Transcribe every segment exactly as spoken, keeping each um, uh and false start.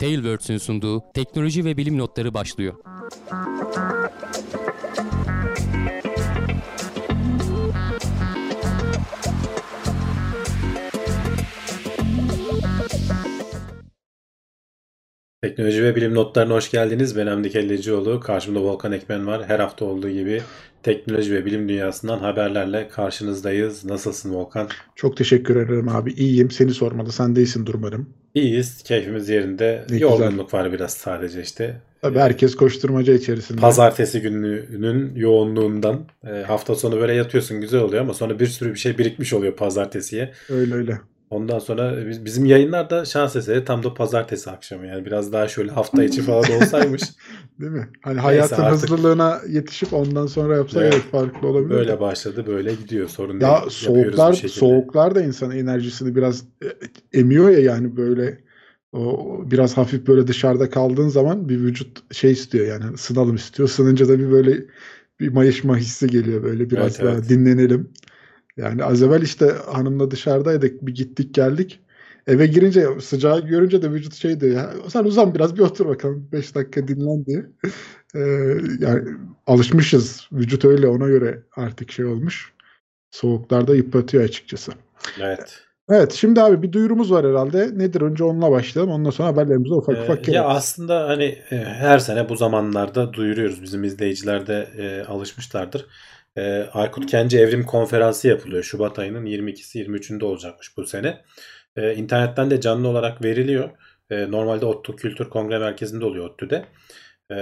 Tailwords'ün sunduğu teknoloji ve bilim notları başlıyor. Teknoloji ve bilim notlarına hoş geldiniz. Ben Hamdi Kellecioğlu. Karşımda Volkan Ekmen var. Her hafta olduğu gibi teknoloji ve bilim dünyasından haberlerle karşınızdayız. Nasılsın Volkan? Çok teşekkür ederim abi. İyiyim. Seni sormalı. Sen de iyisindir umarım. İyiyiz. Keyfimiz yerinde. Ne Yorgunluk güzel. var biraz sadece işte. Tabii Ee, herkes koşturmaca içerisinde. Pazartesi gününün yoğunluğundan e, hafta sonu böyle yatıyorsun, güzel oluyor ama sonra bir sürü bir şey birikmiş oluyor pazartesiye. Öyle öyle. Ondan sonra biz- bizim yayınlar da şans eseri tam da pazartesi akşamı, yani biraz daha şöyle hafta içi falan olsaymış. Değil mi? Hani Neyse hayatın artık. hızlılığına yetişip ondan sonra yapsak Evet. evet farklı olabilir de. Böyle başladı, böyle gidiyor. Sorun Ya değil. Yapıyoruz bir soğuklar şekilde. soğuklar da insanın enerjisini biraz e, emiyor ya, yani böyle o biraz hafif böyle dışarıda kaldığın zaman bir vücut şey istiyor, yani ısınalım istiyor. Isınınca da bir böyle bir mayışma hissi geliyor, böyle biraz Evet, daha evet. dinlenelim. Yani az evvel işte hanımla dışarıdaydık, bir gittik geldik. Eve girince sıcağı görünce de vücut şey diyor ya, sen uzan biraz bir otur bakalım beş dakika dinlen diye. Ee, yani alışmışız, vücut öyle, ona göre artık şey olmuş. Soğuklarda yıpratıyor açıkçası. Evet. Evet, şimdi abi bir duyurumuz var herhalde. Nedir? Önce onunla başlayalım. Ondan sonra haberlerimize ufak Ee, ufak ya gireriz. aslında hani e, her sene bu zamanlarda duyuruyoruz. Bizim izleyiciler de e, alışmışlardır. E, Aykut Kenci Evrim Konferansı yapılıyor. Şubat ayının yirmi ikisi yirmi üçünde olacakmış bu sene. E, internetten de canlı olarak veriliyor. E, normalde ODTÜ Kültür Kongre Merkezi'nde oluyor, ODTÜ'de. E,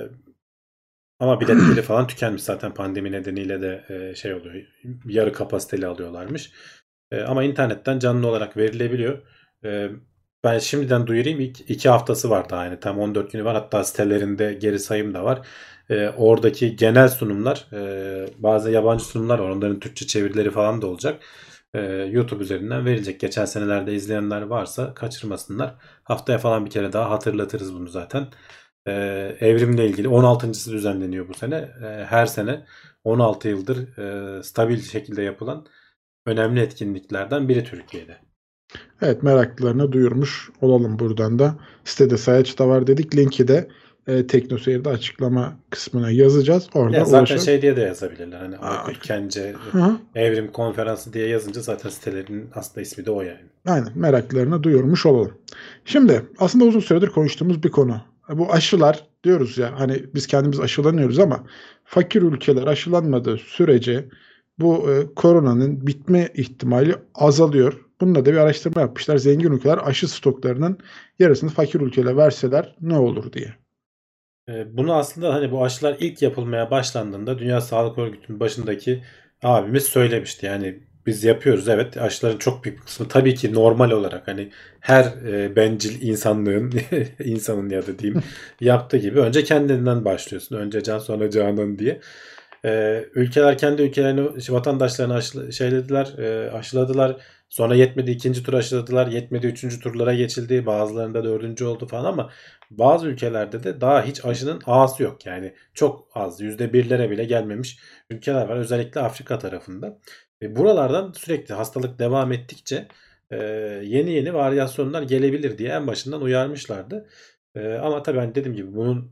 Ama biletleri falan tükenmiş zaten, pandemi nedeniyle de e, şey oluyor. Yarı kapasiteli alıyorlarmış. E, ama internetten canlı olarak verilebiliyor. E, Ben şimdiden duyurayım. İlk iki haftası var daha, yani tam on dört günü var. Hatta sitelerinde geri sayım da var. E, oradaki genel sunumlar, e, bazı yabancı sunumlar var. Onların Türkçe çevirileri falan da olacak. E, YouTube üzerinden verilecek. Geçen senelerde izleyenler varsa kaçırmasınlar. Haftaya falan bir kere daha hatırlatırız bunu zaten. Ee, evrimle ilgili on altıncısı düzenleniyor bu sene. Ee, her sene on altı yıldır e, stabil şekilde yapılan önemli etkinliklerden biri Türkiye'de. Evet, meraklılarına duyurmuş olalım buradan da. Sitede sayaçta var dedik. Linki de e, TeknoSeyir'de açıklama kısmına yazacağız. Ya Oradan zaten ulaşın. şey diye de yazabilirler. Hani Aa, Aykut Kence hı. Evrim Konferansı diye yazınca zaten sitelerinin aslında ismi de o yani. Aynen, meraklarına duyurmuş olalım. Şimdi aslında uzun süredir konuştuğumuz bir konu. Bu aşılar diyoruz ya, hani biz kendimiz aşılanıyoruz ama fakir ülkeler aşılanmadığı sürece bu e, koronanın bitme ihtimali azalıyor. Bununla da bir araştırma yapmışlar. Zengin ülkeler aşı stoklarının yarısını fakir ülkelere verseler ne olur diye. E, Bunu aslında hani bu aşılar ilk yapılmaya başlandığında Dünya Sağlık Örgütü'nün başındaki abimiz söylemişti. Yani biz yapıyoruz, evet, aşıların çok büyük bir kısmı tabii ki normal olarak, hani her e, bencil insanlığın insanın ya da diyeyim yaptığı gibi önce kendinden başlıyorsun. Önce can sonra canan diye. E, ülkeler kendi ülkelerini, işte vatandaşlarını aşıla, şeylediler, e, aşıladılar. Sonra yetmedi, ikinci tur aşıladılar. Yetmedi, üçüncü turlara geçildi. Bazılarında dördüncü oldu falan ama bazı ülkelerde de daha hiç aşının A'sı yok. Yani çok az, yüzde birlere bile gelmemiş ülkeler var. Özellikle Afrika tarafında. Ve buralardan sürekli hastalık devam ettikçe e, yeni yeni varyasyonlar gelebilir diye en başından uyarmışlardı. E, ama tabii hani dediğim gibi bunun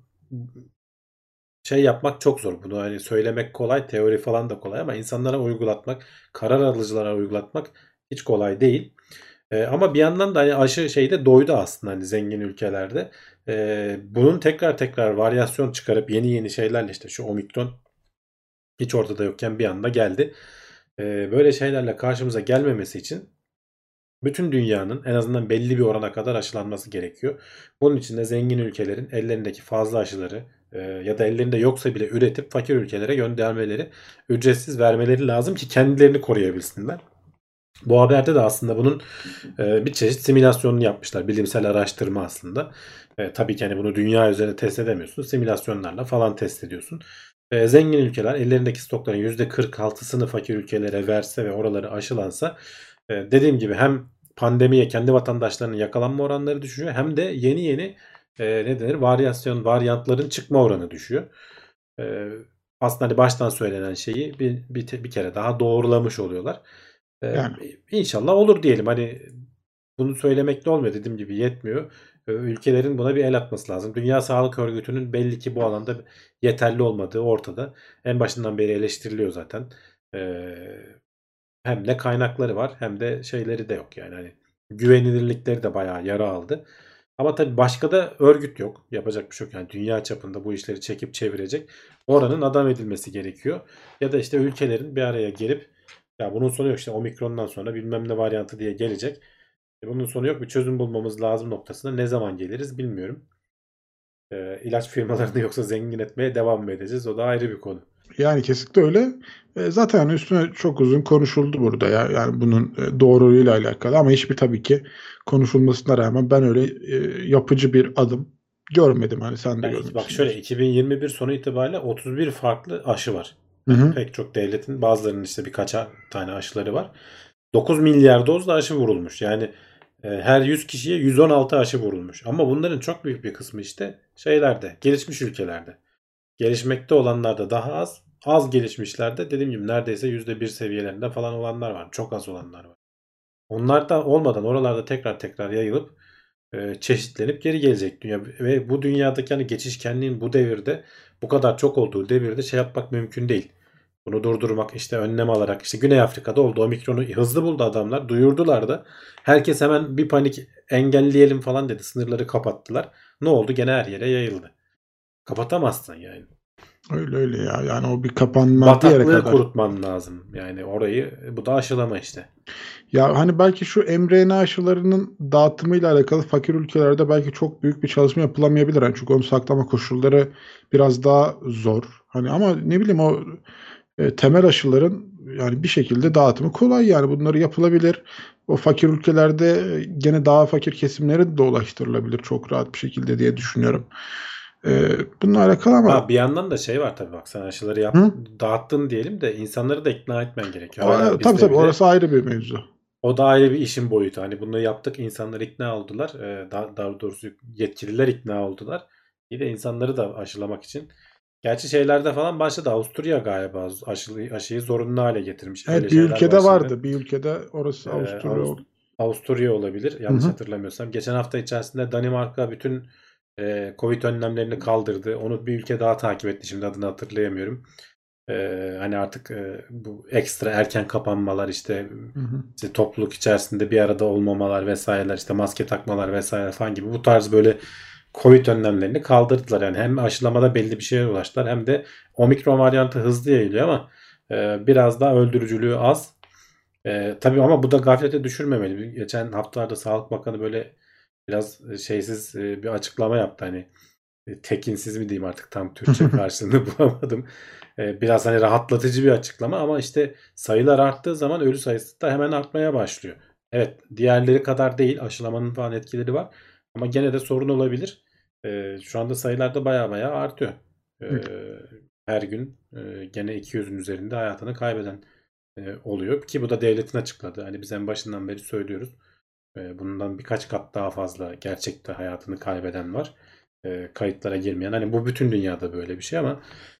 şey yapmak çok zor. Bunu hani söylemek kolay, teori falan da kolay ama insanlara uygulatmak, karar alıcılara uygulatmak hiç kolay değil. Ee, ama bir yandan da hani aşı şeyde doydu aslında, hani zengin ülkelerde. Ee, bunun tekrar tekrar varyasyon çıkarıp yeni yeni şeylerle, işte şu omikron hiç ortada yokken bir anda geldi. Ee, böyle şeylerle karşımıza gelmemesi için bütün dünyanın en azından belli bir orana kadar aşılanması gerekiyor. Bunun için de zengin ülkelerin ellerindeki fazla aşıları e, ya da ellerinde yoksa bile üretip fakir ülkelere göndermeleri, ücretsiz vermeleri lazım ki kendilerini koruyabilsinler. Bu haberde de aslında bunun e, bir çeşit simülasyonunu yapmışlar. Bilimsel araştırma aslında. E, tabii ki hani bunu dünya üzerinde test edemiyorsun. Simülasyonlarla falan test ediyorsun. E, zengin ülkeler ellerindeki stokların yüzde kırk altısını fakir ülkelere verse ve oraları aşılansa, e, dediğim gibi hem pandemiye kendi vatandaşlarının yakalanma oranları düşüyor, hem de yeni yeni e, ne denir, varyasyon, varyantların çıkma oranı düşüyor. E, Aslında hani baştan söylenen şeyi bir, bir, bir kere daha doğrulamış oluyorlar. Ee, Yani inşallah olur diyelim. Hani bunu söylemekle olmuyor, dediğim gibi yetmiyor. ülkelerin buna bir el atması lazım. Dünya Sağlık Örgütü'nün belli ki bu alanda yeterli olmadığı ortada. En başından beri eleştiriliyor zaten. Ee, hem de kaynakları var hem de şeyleri de yok yani hani güvenilirlikleri de bayağı yara aldı. Ama tabii başka da örgüt yok. Yapacak bir şey yok. Yani dünya çapında bu işleri çekip çevirecek. Oranın adam edilmesi gerekiyor. Ya da işte ülkelerin bir araya gelip ya bunun sonu yok işte omikrondan sonra bilmem ne varyantı diye gelecek. E bunun sonu yok bir çözüm bulmamız lazım noktasına ne zaman geliriz bilmiyorum. E, ilaç firmalarını yoksa zengin etmeye devam mı edeceğiz? O da ayrı bir konu. Yani kesinlikle öyle. E, zaten hani üstüne çok uzun konuşuldu burada ya. Yani bunun e, doğruluğuyla alakalı ama hiçbir tabii ki konuşulmasına rağmen ben öyle e, yapıcı bir adım görmedim. Hani sen de Yani bak görmemişsin. şöyle iki bin yirmi bir sonu itibariyle otuz bir farklı aşı var. Hı hı. Pek çok devletin bazılarının işte birkaç tane aşıları var. dokuz milyar doz da aşı vurulmuş. Yani e, her yüz kişiye yüz on altı aşı vurulmuş. Ama bunların çok büyük bir kısmı işte şeylerde, gelişmiş ülkelerde. Gelişmekte olanlarda daha az, az gelişmişlerde dediğim gibi neredeyse yüzde bir seviyelerinde falan olanlar var. Çok az olanlar var. Onlar da olmadan oralarda tekrar tekrar yayılıp e, çeşitlenip geri gelecek dünya ve bu dünyadaki hani geçişkenliğin bu devirde bu kadar çok olduğu devirde şey yapmak mümkün değil. Bunu durdurmak işte önlem alarak işte Güney Afrika'da oldu. Omikronu hızlı buldu adamlar. Duyurdular da. Herkes hemen bir panik engelleyelim falan dedi. Sınırları kapattılar. Ne oldu? Gene her yere yayıldı. Kapatamazsın yani. Öyle öyle ya. Yani o bir kapanma bir yere Bataklığı kadar. kurutman lazım. Yani orayı bu da aşılama işte. Ya hani belki şu mRNA aşılarının dağıtımıyla alakalı fakir ülkelerde belki çok büyük bir çalışma yapılamayabilir. Yani çünkü onu saklama koşulları biraz daha zor. Hani ama ne bileyim o e, temel aşıların yani bir şekilde dağıtımı kolay yani bunları yapılabilir. O fakir ülkelerde e, gene daha fakir kesimlere de ulaştırılabilir çok rahat bir şekilde diye düşünüyorum. E, bununla alakalı ama Ha, bir yandan da şey var tabii bak sen aşıları yap, hı? dağıttın diyelim de insanları da ikna etmen gerekiyor. O, Hala tabii bizde tabii bile orası ayrı bir mevzu. o da ayrı bir işin boyutu. Hani bunu yaptık insanlar ikna oldular. Ee, daha, daha doğrusu yetkililer ikna oldular. Bir de insanları da aşılamak için. Gerçi şeylerde falan başladı. Avusturya galiba aşı, aşıyı zorunlu hale getirmiş. Öyle Evet bir şeyler ülkede başladı. vardı. Bir ülkede orası Ee, Avusturya Avust- oldu. Avusturya olabilir. Hı Yanlış hı. hatırlamıyorsam. Geçen hafta içerisinde Danimarka bütün e, Covid önlemlerini kaldırdı. Onu bir ülke daha takip etti. Şimdi adını hatırlayamıyorum. Ee, hani artık e, bu ekstra erken kapanmalar işte, Hı hı. işte topluluk içerisinde bir arada olmamalar vesaireler işte maske takmalar vesaire falan gibi bu tarz böyle Covid önlemlerini kaldırdılar. Yani hem aşılamada belli bir şeye ulaştılar hem de omikron varyantı hızlı yayılıyor ama e, biraz daha öldürücülüğü az. E, tabii ama bu da gaflete düşürmemeli. Geçen haftalarda Sağlık Bakanı böyle biraz şeysiz e, bir açıklama yaptı. Hani e, tekinsiz mi diyeyim artık tam Türkçe karşılığını bulamadım. E, biraz hani rahatlatıcı bir açıklama ama işte sayılar arttığı zaman ölü sayısı da hemen artmaya başlıyor. Evet diğerleri kadar değil aşılamanın falan etkileri var ama gene de sorun olabilir. E, şu anda sayılar da baya baya artıyor. E, her gün e, gene iki yüzün üzerinde hayatını kaybeden e, oluyor ki bu da devletin açıkladı. Hani biz en başından beri söylüyoruz. E, bundan birkaç kat daha fazla gerçekte hayatını kaybeden var. E, kayıtlara girmeyen. Hani bu bütün dünyada böyle bir şey ama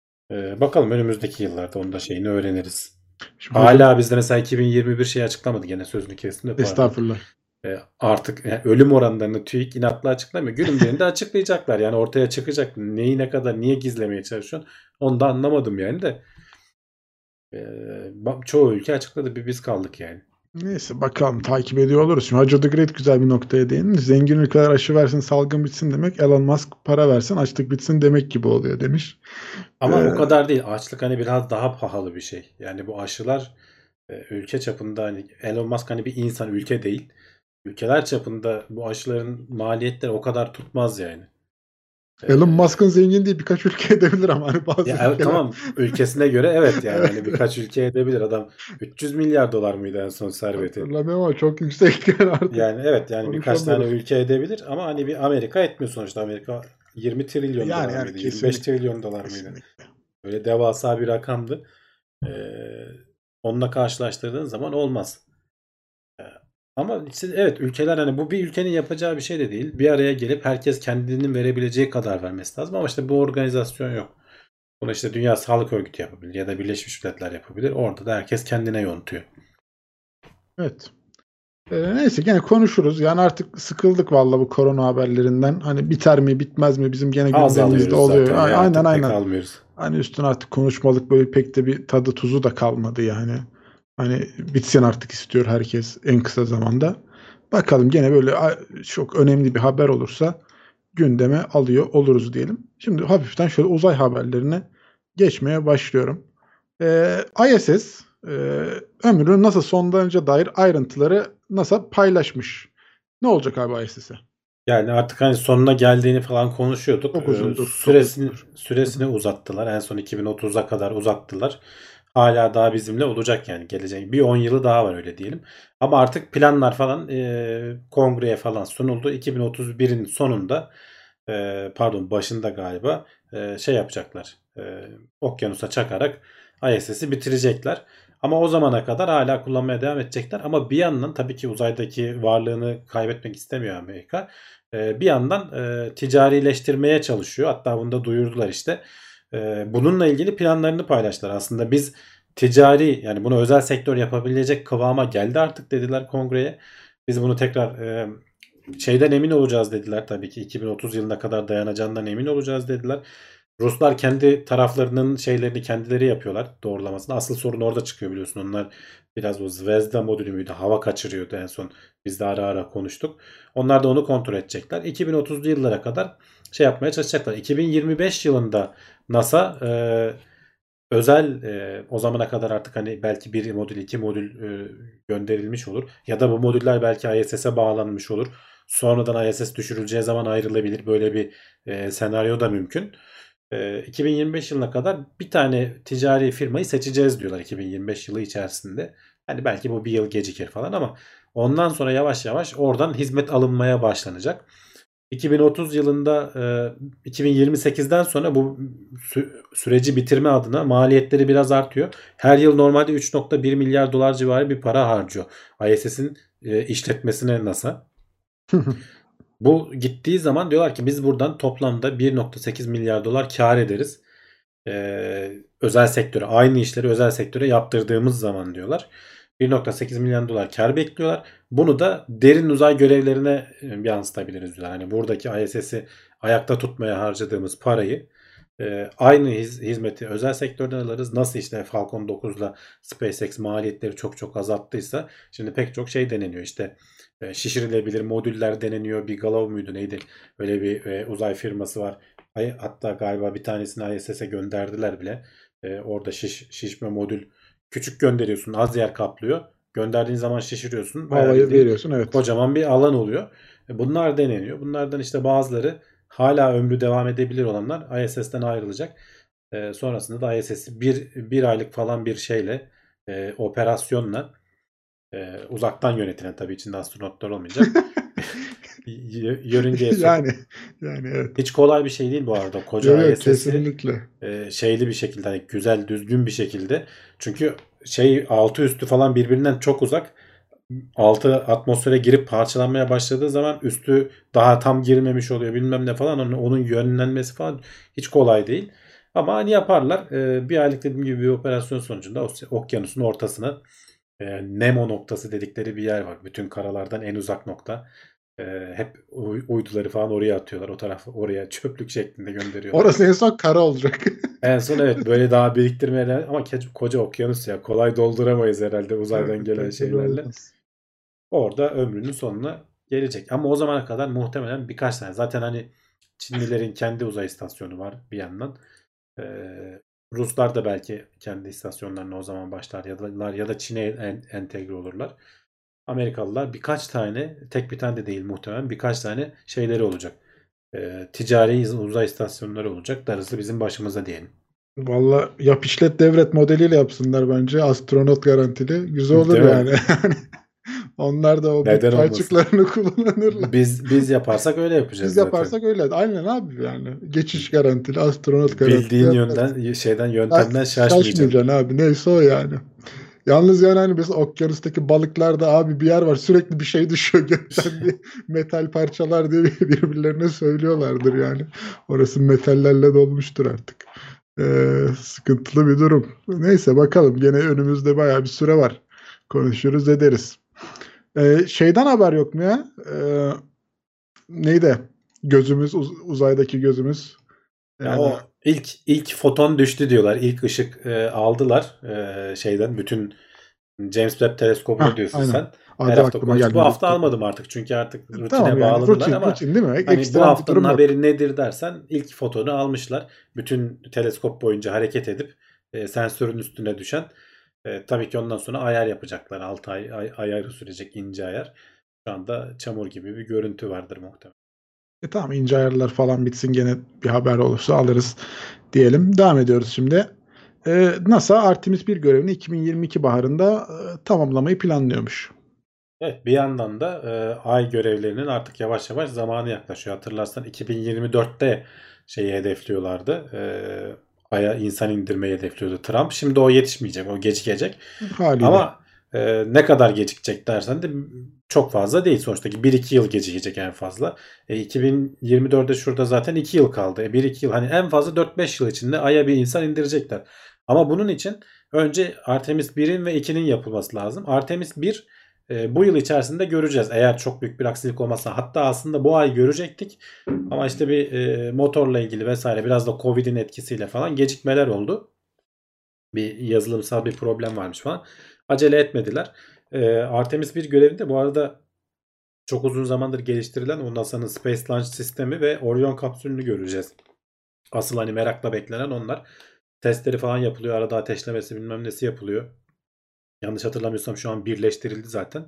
e, bakalım önümüzdeki yıllarda onun da şeyini öğreniriz. Şimdi hocam Hala bizde mesela iki bin yirmi bir şey açıklamadı. Gene sözünü kestim de pardon. estağfurullah. E, artık yani ölüm oranlarını TÜİK inatla açıklamıyor. Günün birinde açıklayacaklar. Yani ortaya çıkacak. Neyi ne kadar niye gizlemeye çalışıyorsun? Onu da anlamadım yani de. E, çoğu ülke açıkladı. Bir biz kaldık yani. Neyse bakalım takip ediyor oluruz. Şimdi Hacı the Great güzel bir noktaya değindi. Zengin ülkeler aşı versin salgın bitsin demek. Elon Musk para versin açlık bitsin demek gibi oluyor demiş. Ama Ee, o kadar değil. Açlık hani biraz daha pahalı bir şey. Yani bu aşılar e, ülke çapında hani Elon Musk hani bir insan ülke değil. Ülkeler çapında bu aşıların maliyetleri o kadar tutmaz yani. Elon Ee, Musk'ın zengin değil birkaç ülke edebilir ama hani bazı ya evet, ülkeler. tamam ülkesine göre evet yani Evet, hani birkaç ülke edebilir adam üç yüz milyar dolar mıydı en son serveti? hatırlamıyorum ama çok yüksek yani artık Yani evet yani birkaç tane konuşamıyoruz. ülke edebilir ama hani bir Amerika etmiyor sonuçta. Amerika yirmi trilyon Yani dolar yani mıydı? yirmi beş kesinlikle. trilyon dolar mıydı? Kesinlikle. Böyle devasa bir rakamdı. Ee, onunla karşılaştırdığın zaman olmaz. Ee, ama işte evet ülkeler hani bu bir ülkenin yapacağı bir şey de değil. Bir araya gelip herkes kendinin verebileceği kadar vermesi lazım ama işte bu organizasyon yok. Bunu işte Dünya Sağlık Örgütü yapabilir ya da Birleşmiş Milletler yapabilir. Orada da herkes kendine yontuyor. Evet. Ee, neyse gene konuşuruz. Yani artık sıkıldık vallahi bu korona haberlerinden. Hani biter mi bitmez mi bizim gene Az gündemimizde alıyoruz oluyor. zaten A- ya, Aynen artık pek aynen. almıyoruz. Hani üstüne artık konuşmalık böyle pek de bir tadı tuzu da kalmadı yani. Hani bitsin artık istiyor herkes en kısa zamanda. Bakalım gene böyle a- çok önemli bir haber olursa gündeme alıyor oluruz diyelim. Şimdi hafiften şöyle uzay haberlerine geçmeye başlıyorum. Ee, I S S e, ömrünün nasıl sonlanacağına dair ayrıntıları NASA paylaşmış. Ne olacak abi I S S'e? Yani artık hani sonuna geldiğini falan konuşuyorduk. Çok Ee, uzundur, çok süresini uzundur. süresini uzattılar. En son iki bin otuza kadar uzattılar. Hala daha bizimle olacak yani gelecek. Bir on yılı daha var öyle diyelim. Ama artık planlar falan e, kongreye falan sunuldu. iki bin otuz birin sonunda e, pardon başında galiba e, şey yapacaklar. E, okyanusa çakarak I S S'i bitirecekler. Ama o zamana kadar hala kullanmaya devam edecekler. Ama bir yandan tabii ki uzaydaki varlığını kaybetmek istemiyor Amerika. Ee, bir yandan e, ticarileştirmeye çalışıyor. Hatta bunu da duyurdular işte. Ee, bununla ilgili planlarını paylaştılar. Aslında biz ticari yani bunu özel sektör yapabilecek kıvama geldi artık dediler kongreye. Biz bunu tekrar e, şeyden emin olacağız dediler tabii ki. iki bin otuz yılına kadar dayanacağından emin olacağız dediler. Ruslar kendi taraflarının şeylerini kendileri yapıyorlar doğrulamasını. Asıl sorun orada çıkıyor biliyorsun. Onlar biraz o Zvezda modülü müydü? Hava kaçırıyordu en son. Biz de ara ara konuştuk. Onlar da onu kontrol edecekler. iki bin otuzlu yıllara kadar şey yapmaya çalışacaklar. iki bin yirmi beş yılında NASA e, özel e, o zamana kadar artık hani belki bir modül iki modül e, gönderilmiş olur. Ya da bu modüller belki I S S'e bağlanmış olur. Sonradan I S S düşürüleceği zaman ayrılabilir. Böyle bir e, senaryo da mümkün. E, iki bin yirmi beş yılına kadar bir tane ticari firmayı seçeceğiz diyorlar iki bin yirmi beş yılı içerisinde. Hani belki bu bir yıl gecikir falan ama ondan sonra yavaş yavaş oradan hizmet alınmaya başlanacak. iki bin otuz yılında e, iki bin yirmi sekizden sonra bu sü- süreci bitirme adına maliyetleri biraz artıyor. Her yıl normalde üç nokta bir milyar dolar civarı bir para harcıyor I S S'in e, işletmesine NASA. Bu gittiği zaman diyorlar ki biz buradan toplamda bir nokta sekiz milyar dolar kar ederiz. Ee, özel sektöre aynı işleri özel sektöre yaptırdığımız zaman diyorlar. bir nokta sekiz milyon dolar kar bekliyorlar. Bunu da derin uzay görevlerine e, yansıtabiliriz diyorlar. Hani buradaki I S S'i ayakta tutmaya harcadığımız parayı e, aynı hiz- hizmeti özel sektörden alırız. Nasıl işte Falcon dokuzla SpaceX maliyetleri çok çok azalttıysa şimdi pek çok şey deneniyor. İşte e, şişirilebilir modüller deneniyor. Bigelow muydu neydi? Öyle bir e, uzay firması var. Ay- Hatta galiba bir tanesini I S S'e gönderdiler bile. Ee, orada şiş, şişme modül küçük gönderiyorsun. Az yer kaplıyor. Gönderdiğin zaman şişiriyorsun. Bayağı Havayı bildiğin veriyorsun, evet. kocaman bir alan oluyor. E, Bunlar deneniyor. Bunlardan işte bazıları hala ömrü devam edebilir olanlar I S S'ten ayrılacak. E, sonrasında da I S S'i bir, bir aylık falan bir şeyle e, operasyonla e, uzaktan yönetilen tabii içinde astronotlar olmayacak. y- Yörüngeye sokup Yani yani evet. hiç kolay bir şey değil bu arada. Yok Koca yok, I S S'i kesinlikle. e, şeyli bir şekilde hani güzel düzgün bir şekilde. Çünkü şey altı üstü falan birbirinden çok uzak. Altı atmosfere girip parçalanmaya başladığı zaman üstü daha tam girmemiş oluyor bilmem ne falan. Onun, onun yönlenmesi falan hiç kolay değil. Ama hani yaparlar. E, bir aylık dediğim gibi bir operasyon sonucunda okyanusun ortasına e, Nemo noktası dedikleri bir yer var. Bütün karalardan en uzak nokta. E, hep uy- uyduları falan oraya atıyorlar. O tarafı oraya çöplük şeklinde gönderiyorlar. Orası en son kara olacak. En son evet böyle daha biriktirmeye devam- ama ke- koca okyanus ya kolay dolduramayız herhalde uzaydan gelen Evet, tabii şeylerle. olmaz. Orada ömrünün sonuna gelecek. Ama o zamana kadar muhtemelen birkaç tane. Zaten hani Çinlilerin kendi uzay istasyonu var bir yandan. Ee, Ruslar da belki kendi istasyonlarına o zaman başlar ya da ya da Çin'e en- entegre olurlar. Amerikalılar birkaç tane, tek bir tane de değil muhtemelen birkaç tane şeyleri olacak. Ee, ticari uzay istasyonları olacak. Darısı bizim başımıza diyelim. Valla yap işlet devret modeliyle yapsınlar bence. Astronot garantili. Güzel olur Değil mi? yani. Onlar da o Neden bütçe olmasın? açıklarını kullanırlar. Biz biz yaparsak öyle Biz yapacağız zaten. yaparsak öyle. Aynen abi yani. Geçiş garantili, astronot garantili Bildiğin yaparız. yönden şeyden Ya, yöntemden şaşmayacaksın. şaşmayacaksın abi. Neyse o yani. Yalnız yani hani mesela okyanustaki balıklarda abi bir yer var sürekli bir şey düşüyor gökten diye metal parçalar diye birbirlerine söylüyorlardır yani. Orası metallerle dolmuştur artık. Ee, sıkıntılı bir durum. Neyse bakalım gene önümüzde bayağı bir süre var. Konuşuruz ederiz. Ee, şeyden haber yok mu ya? Ee, neydi? Gözümüz, uz- uzaydaki gözümüz. Ee, Ya o ilk ilk foton düştü diyorlar. İlk ışık e, aldılar e, şeyden bütün James Webb teleskobunu hah, diyorsun aynen. sen. Her Adı hafta aklıma konuştuk. Bu gelmedi. hafta almadım artık çünkü artık Tamam rutine yani bağladılar rutin, ama rutin değil mi? hani bu Ekstrem bir haftanın durum yok. haberi nedir dersen ilk fotonu almışlar. Bütün teleskop boyunca hareket edip e, sensörün üstüne düşen. E, tabii ki ondan sonra ayar yapacaklar. altı ay, ay ayarı sürecek, ince ayar. Şu anda çamur gibi bir görüntü vardır muhtemelen. E tamam, ince ayarlar falan bitsin, gene bir haber olursa alırız diyelim. Devam ediyoruz şimdi. Ee, NASA Artemis bir görevini iki bin yirmi iki baharında e, tamamlamayı planlıyormuş. Evet, bir yandan da e, ay görevlerinin artık yavaş yavaş zamanı yaklaşıyor. Hatırlarsan iki bin yirmi dörtte şeyi hedefliyorlardı. E, Ay'a insan indirmeyi hedefliyordu Trump. Şimdi o yetişmeyecek, o gecikecek. Haliyle. Ama e, ne kadar gecikecek dersen de çok fazla değil. Sonuçta bir iki yıl gecikecek en fazla. E, iki bin yirmi dörde şurada zaten iki yıl kaldı. E, bir iki yıl, hani en fazla dört beş yıl içinde Ay'a bir insan indirecekler. Ama bunun için önce Artemis birin ve ikinin yapılması lazım. Artemis bir e, bu yıl içerisinde göreceğiz. Eğer çok büyük bir aksilik olmazsa. Hatta aslında bu ay görecektik. Ama işte bir e, motorla ilgili vesaire, biraz da Covid'in etkisiyle falan gecikmeler oldu. Bir yazılımsal bir problem varmış falan. Acele etmediler. E, Artemis bir görevinde bu arada çok uzun zamandır geliştirilen o NASA'nın Space Launch sistemi ve Orion kapsülünü göreceğiz. Asıl hani merakla beklenen onlar. Testleri falan yapılıyor. Arada ateşlemesi bilmem nesi yapılıyor. Yanlış hatırlamıyorsam şu an birleştirildi zaten.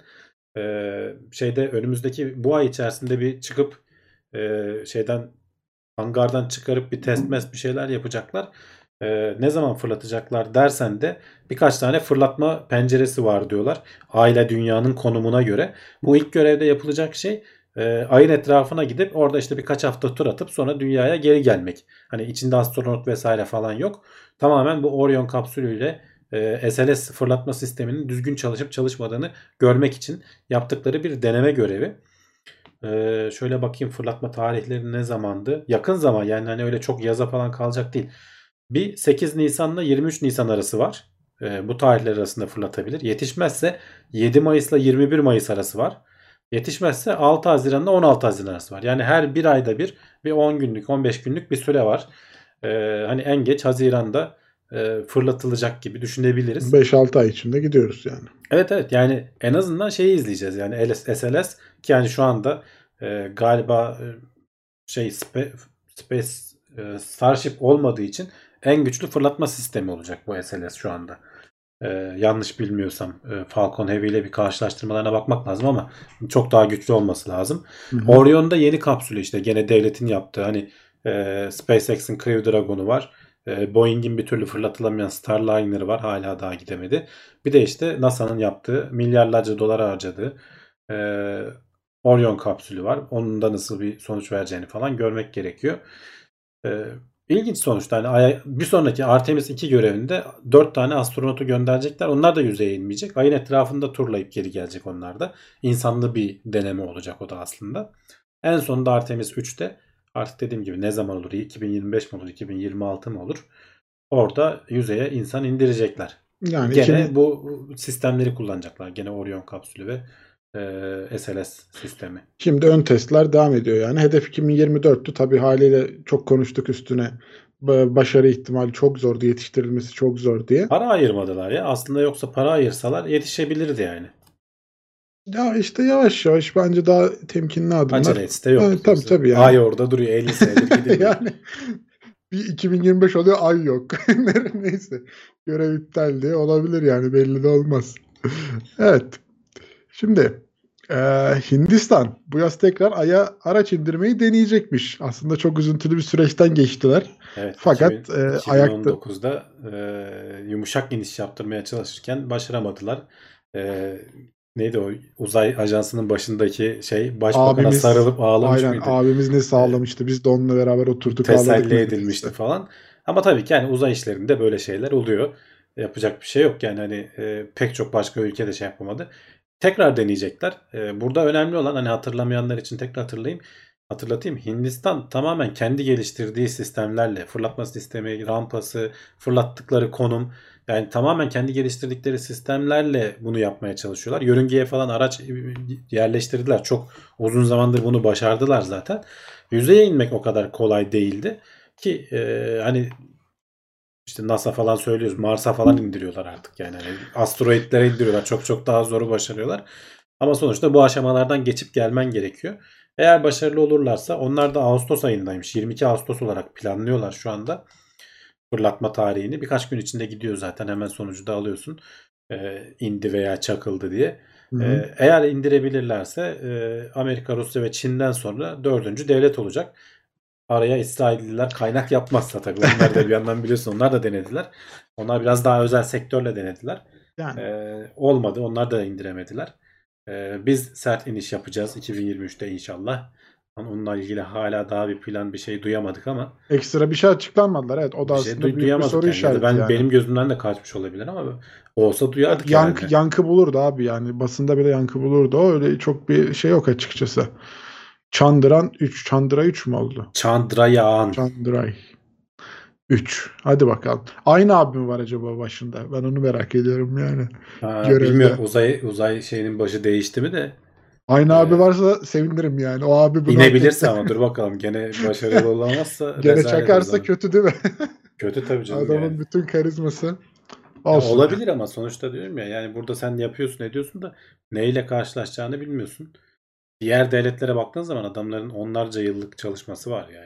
Ee, şeyde önümüzdeki bu ay içerisinde bir çıkıp e, şeyden, hangardan çıkarıp bir test mes bir şeyler yapacaklar. Ee, ne zaman fırlatacaklar dersen de birkaç tane fırlatma penceresi var diyorlar. Ay ile dünyanın konumuna göre. Bu ilk görevde yapılacak şey e, ayın etrafına gidip orada işte birkaç hafta tur atıp sonra dünyaya geri gelmek. Hani içinde astronot vesaire falan yok. Tamamen bu Orion kapsülüyle e, S L S fırlatma sisteminin düzgün çalışıp çalışmadığını görmek için yaptıkları bir deneme görevi. Ee, şöyle bakayım, fırlatma tarihleri ne zamandı? Yakın zaman, yani hani öyle çok yaza falan kalacak değil. Bir sekiz Nisan'la yirmi üç Nisan arası var. Ee, bu tarihler arasında fırlatabilir. Yetişmezse yedi Mayıs'la yirmi bir Mayıs arası var. Yetişmezse altı Haziran'la on altı Haziran arası var. Yani her bir ayda bir bir on günlük on beş günlük bir süre var. Ee, hani en geç Haziran'da e, fırlatılacak gibi düşünebiliriz. beş altı ay içinde gidiyoruz yani. Evet, evet, yani en azından şeyi izleyeceğiz, yani S L S, ki yani şu anda e, galiba e, şey Spe- Space e, Starship olmadığı için en güçlü fırlatma sistemi olacak bu S L S şu anda. E, yanlış bilmiyorsam e, Falcon Heavy ile bir karşılaştırmalarına bakmak lazım ama çok daha güçlü olması lazım. Hı hı. Orion'da yeni kapsülü, işte gene devletin yaptığı, hani e, SpaceX'in Crew Dragon'u var. E, Boeing'in bir türlü fırlatılamayan Starliner'ı var. Hala daha gidemedi. Bir de işte NASA'nın yaptığı, milyarlarca dolar harcadığı e, Orion kapsülü var. Onun da nasıl bir sonuç vereceğini falan görmek gerekiyor. E, ilginç sonuçta. Yani Ay'a, bir sonraki Artemis iki görevinde dört tane astronotu gönderecekler. Onlar da yüzeye inmeyecek. Ayın etrafında turlayıp geri gelecek onlar da. İnsanlı bir deneme olacak o da aslında. En sonunda Artemis üçte artık dediğim gibi ne zaman olur? iki bin yirmi beş mi olur? iki bin yirmi altı mı olur? Orada yüzeye insan indirecekler. Yani Gene iki bin, bu sistemleri kullanacaklar. Gene Orion kapsülü ve e, S L S sistemi. şimdi ön testler devam ediyor yani. Hedef iki bin yirmi dörttü. Tabii haliyle çok konuştuk üstüne. Ba- Başarı ihtimali çok zordu, yetiştirilmesi çok zor diye. Para ayırmadılar ya. Aslında yoksa para ayırsalar yetişebilirdi yani. Ya işte yavaş yavaş bence daha temkinli adımlar. Acelesi de yok. Ha, tabii tabii yani. Ay orada duruyor. elli senedir gidilmiyor. Yani bir iki bin yirmi beş oluyor, ay yok. Neyse. Görev iptal diye olabilir yani, belli de olmaz. Evet. Şimdi e, Hindistan bu yaz tekrar Ay'a araç indirmeyi deneyecekmiş. Aslında çok üzüntülü bir süreçten geçtiler. Evet, Fakat iki bin, e, ayakta iki bin on dokuzda e, yumuşak iniş yaptırmaya çalışırken başaramadılar. E, neydi o uzay ajansının başındaki şey, başbakana abimiz sarılıp ağlamış aynen mıydı? abimiz ne E, sağlamıştı. Biz de onunla beraber oturduk ağladık teselli neredeyse. edilmişti falan. Ama tabii ki yani uzay işlerinde böyle şeyler oluyor. Yapacak bir şey yok yani, hani e, pek çok başka ülke de şey yapamadı. Tekrar deneyecekler. E, burada önemli olan, hani hatırlamayanlar için tekrar hatırlayayım. hatırlatayım. Hindistan tamamen kendi geliştirdiği sistemlerle, fırlatma sistemi, rampası, fırlattıkları konum, yani tamamen kendi geliştirdikleri sistemlerle bunu yapmaya çalışıyorlar. Yörüngeye falan araç yerleştirdiler. Çok uzun zamandır bunu başardılar zaten. Yüzeye inmek o kadar kolay değildi ki e, hani işte NASA falan söylüyoruz. Mars'a falan indiriyorlar artık yani. Hani asteroitlere indiriyorlar. Çok çok daha zoru başarıyorlar. Ama sonuçta bu aşamalardan geçip gelmen gerekiyor. Eğer başarılı olurlarsa, onlar da Ağustos ayındaymış. yirmi iki Ağustos olarak planlıyorlar şu anda fırlatma tarihini. Birkaç gün içinde gidiyor zaten. Hemen sonucu da alıyorsun. Ee, indi veya çakıldı diye. Hı hı. Ee, eğer indirebilirlerse e, Amerika, Rusya ve Çin'den sonra dördüncü devlet olacak. Araya İsrailliler kaynak yapmazsa tabii. Onlar da bir yandan biliyorsun, onlar da denediler. Onlar biraz daha özel sektörle denediler. Yani Ee, olmadı. Onlar da indiremediler. Ee, biz sert iniş yapacağız iki bin yirmi üçte inşallah. Onunla ilgili hala daha bir plan, bir şey duyamadık ama ekstra bir şey açıklanmadılar. Evet, o da bir şey aslında duy- büyük bir duyamadık soru yani. Ya da işareti ben yani. benim gözümden de kaçmış olabilir ama olsa duyardık Yankı, herhalde. yankı bulurdu abi yani. Basında bile yankı bulurdu. O öyle çok bir şey yok açıkçası. Chandrayaan üç. Chandra üç mü oldu? Chandrayaan. Chandray üç. Hadi bakalım. Aynı abi mi var acaba başında? Ben onu merak ediyorum yani. Ha, Görevde. bilmiyorum, uzay uzay şeyinin başı değişti mi de Aynı abi e, varsa sevinirim yani. O abi bunu hak inebilirse, etti. ama dur bakalım, gene başarılı olamazsa Gene rezalet o çakarsa zaman. kötü değil mi? Kötü tabii canım yani. Adamın bütün karizması Ya olsun. olabilir ama sonuçta diyorum ya, yani burada sen yapıyorsun ediyorsun da neyle karşılaşacağını bilmiyorsun. Diğer devletlere baktığın zaman adamların onlarca yıllık çalışması var yani.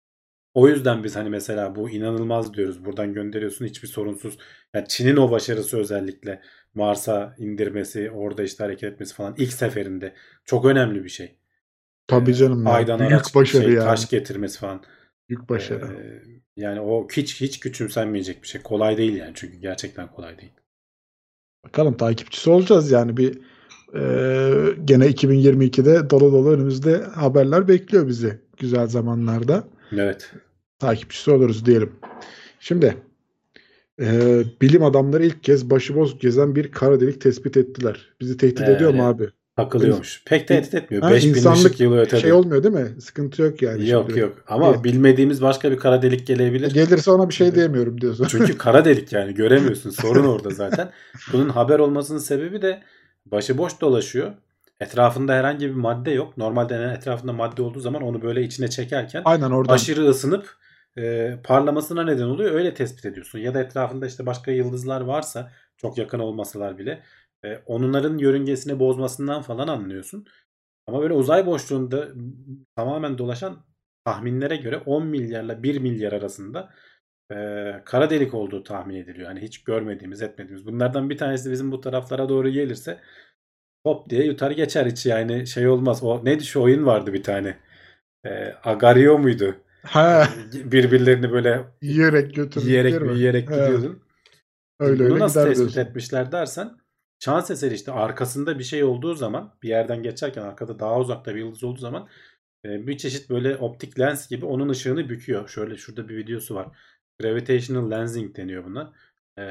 O yüzden biz hani mesela bu inanılmaz diyoruz. Buradan gönderiyorsun, hiçbir sorunsuz. Yani Çin'in o başarısı, özellikle Mars'a indirmesi, orada işte hareket etmesi falan ilk seferinde çok önemli bir şey. Tabii Ee, canım ya. aydan Büyük araç başarı şey yani. taş getirmesi falan. Büyük Ee, başarı. yani o hiç hiç küçümsenmeyecek bir şey. Kolay değil yani, çünkü gerçekten kolay değil. Bakalım takipçisi olacağız yani bir e, gene iki bin yirmi ikide dolu dolu önümüzde haberler bekliyor bizi güzel zamanlarda. Evet. Takipçisi oluruz diyelim. Şimdi e, bilim adamları ilk kez başıboş gezen bir kara delik tespit ettiler. Bizi tehdit ediyor mu Ee, abi? İn- takılıyormuş. Pek tehdit in- etmiyor. ha, beş bin ışık insanlık yılı şey ötede. olmuyor değil mi? Sıkıntı yok yani Yok şimdi. yok. Ama İyi. bilmediğimiz başka bir kara delik E, gelebilir. gelirse ona bir şey Ee, diyemiyorum diyorsun. Çünkü kara delik yani, göremiyorsun. Sorun orada zaten. Bunun haber olmasının sebebi de başıboş dolaşıyor. Etrafında herhangi bir madde yok. Normalde etrafında madde olduğu zaman onu böyle içine çekerken Aynen oradan. aşırı ısınıp e, parlamasına neden oluyor. Öyle tespit ediyorsun. Ya da etrafında işte başka yıldızlar varsa, çok yakın olmasalar bile, e, onların yörüngesini bozmasından falan anlıyorsun. Ama böyle uzay boşluğunda tamamen dolaşan, tahminlere göre on milyarla bir milyar arasında e, kara delik olduğu tahmin ediliyor. Hani hiç görmediğimiz, etmediğimiz. Bunlardan bir tanesi bizim bu taraflara doğru gelirse hop diye yutar geçer, hiç yani şey olmaz. O neydi, şu oyun vardı bir tane. E, Agario muydu? E, Ha, birbirlerini böyle yiyerek götürdükleri yiyerek mi? yiyerek Ha, gidiyordun. öyle Bunu öyle nasıl gider tespit diyorsun. etmişler dersen, şans eseri işte arkasında bir şey olduğu zaman, bir yerden geçerken arkada daha uzakta bir yıldız olduğu zaman e, bir çeşit böyle optik lens gibi onun ışığını büküyor. Şöyle şurada bir videosu var. Gravitational lensing deniyor buna. E,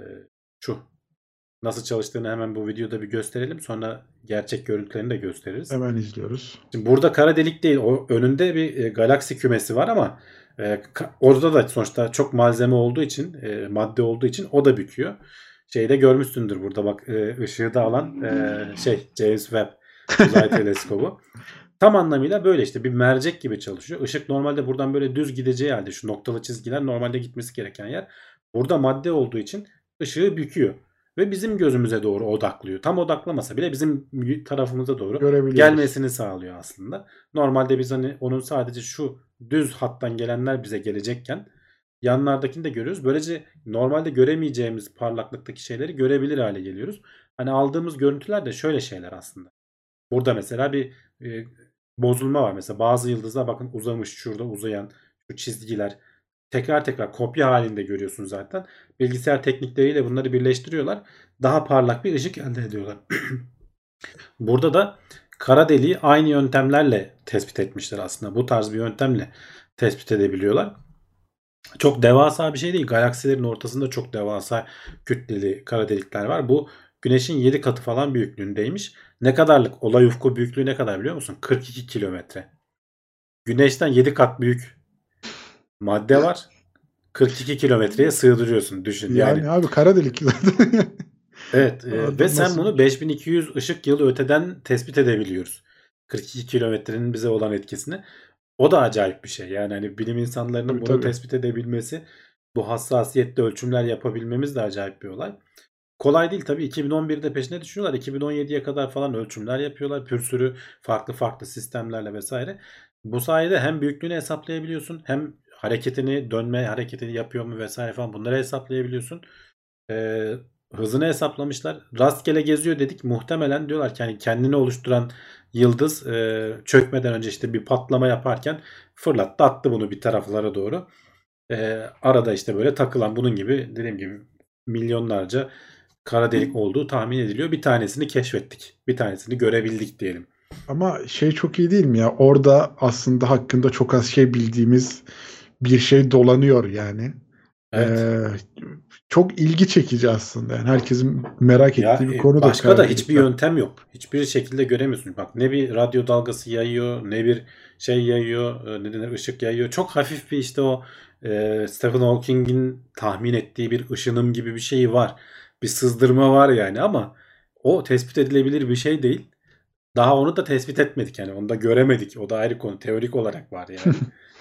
şu nasıl çalıştığını hemen bu videoda bir gösterelim. Sonra gerçek görüntülerini de gösteririz. Hemen izliyoruz. Şimdi burada kara delik değil. O önünde bir e, galaksi kümesi var ama e, ka- orada da sonuçta çok malzeme olduğu için, e, madde olduğu için o da büküyor. Şeyde görmüşsündür burada, bak e, ışığı da alan e, şey James Webb Uzay Teleskobu. Tam anlamıyla böyle işte bir mercek gibi çalışıyor. Işık normalde buradan böyle düz gideceği halde, şu noktalı çizgiler normalde gitmesi gereken yer. Burada madde olduğu için ışığı büküyor. Ve bizim gözümüze doğru odaklıyor. Tam odaklamasa bile bizim tarafımıza doğru Görebiliyoruz. gelmesini sağlıyor aslında. Normalde biz hani onun sadece şu düz hattan gelenler bize gelecekken yanlardakini de görüyoruz. Böylece normalde göremeyeceğimiz parlaklıktaki şeyleri görebilir hale geliyoruz. Hani aldığımız görüntüler de şöyle şeyler aslında. Burada mesela bir e, bozulma var. Mesela bazı yıldızlar bakın uzamış, şurada uzayan şu çizgiler tekrar tekrar kopya halinde görüyorsun zaten. Bilgisayar teknikleriyle bunları birleştiriyorlar. Daha parlak bir ışık elde ediyorlar. Burada da kara deliği aynı yöntemlerle tespit etmişler aslında. Bu tarz bir yöntemle tespit edebiliyorlar. Çok devasa bir şey değil. Galaksilerin ortasında çok devasa kütleli kara delikler var. Bu Güneş'in yedi katı falan büyüklüğündeymiş. Ne kadarlık? Olay ufku büyüklüğü ne kadar biliyor musun? kırk iki kilometre. Güneşten yedi kat büyük madde var. kırk iki kilometreye sığdırıyorsun, düşün. Yani, Yani abi kara delik zaten. evet, e, ve Adam sen nasıl bunu beş bin iki yüz ışık yılı öteden tespit edebiliyoruz. kırk iki kilometrenin bize olan etkisini. O da acayip bir şey. Yani hani bilim insanlarının Tabii, bunu tabii. tespit edebilmesi, bu hassasiyette ölçümler yapabilmemiz de acayip bir olay. Kolay değil tabii. iki bin on birde peşine düşüyorlar. iki bin on yediye kadar falan ölçümler yapıyorlar. Bir sürü farklı farklı sistemlerle vesaire. Bu sayede hem büyüklüğünü hesaplayabiliyorsun, hem hareketini, dönme hareketini yapıyor mu vesaire falan, bunları hesaplayabiliyorsun. Ee, hızını hesaplamışlar. Rastgele geziyor dedik. Muhtemelen diyorlar ki hani kendini oluşturan yıldız e, çökmeden önce işte bir patlama yaparken fırlattı, attı bunu bir taraflara doğru. Ee, arada işte böyle takılan, bunun gibi dediğim gibi milyonlarca kara delik olduğu tahmin ediliyor. Bir tanesini keşfettik. Bir tanesini görebildik diyelim. Ama şey çok iyi değil mi ya? Orada aslında hakkında çok az şey bildiğimiz bir şey dolanıyor yani. Evet. Ee, çok ilgi çekici aslında. Yani herkesin merak Ya ettiği bir e, konudur başka kara da hiçbir delikler. yöntem yok. Hiçbir şekilde göremiyorsun. Bak, ne bir radyo dalgası yayıyor, ne bir şey yayıyor, e, ne denir, ışık yayıyor. Çok hafif bir işte o e, Stephen Hawking'in tahmin ettiği bir ışınım gibi bir şey var. Bir sızdırma var yani, ama o tespit edilebilir bir şey değil. Daha onu da tespit etmedik yani. Onu da göremedik. O da ayrı konu. Teorik olarak var yani.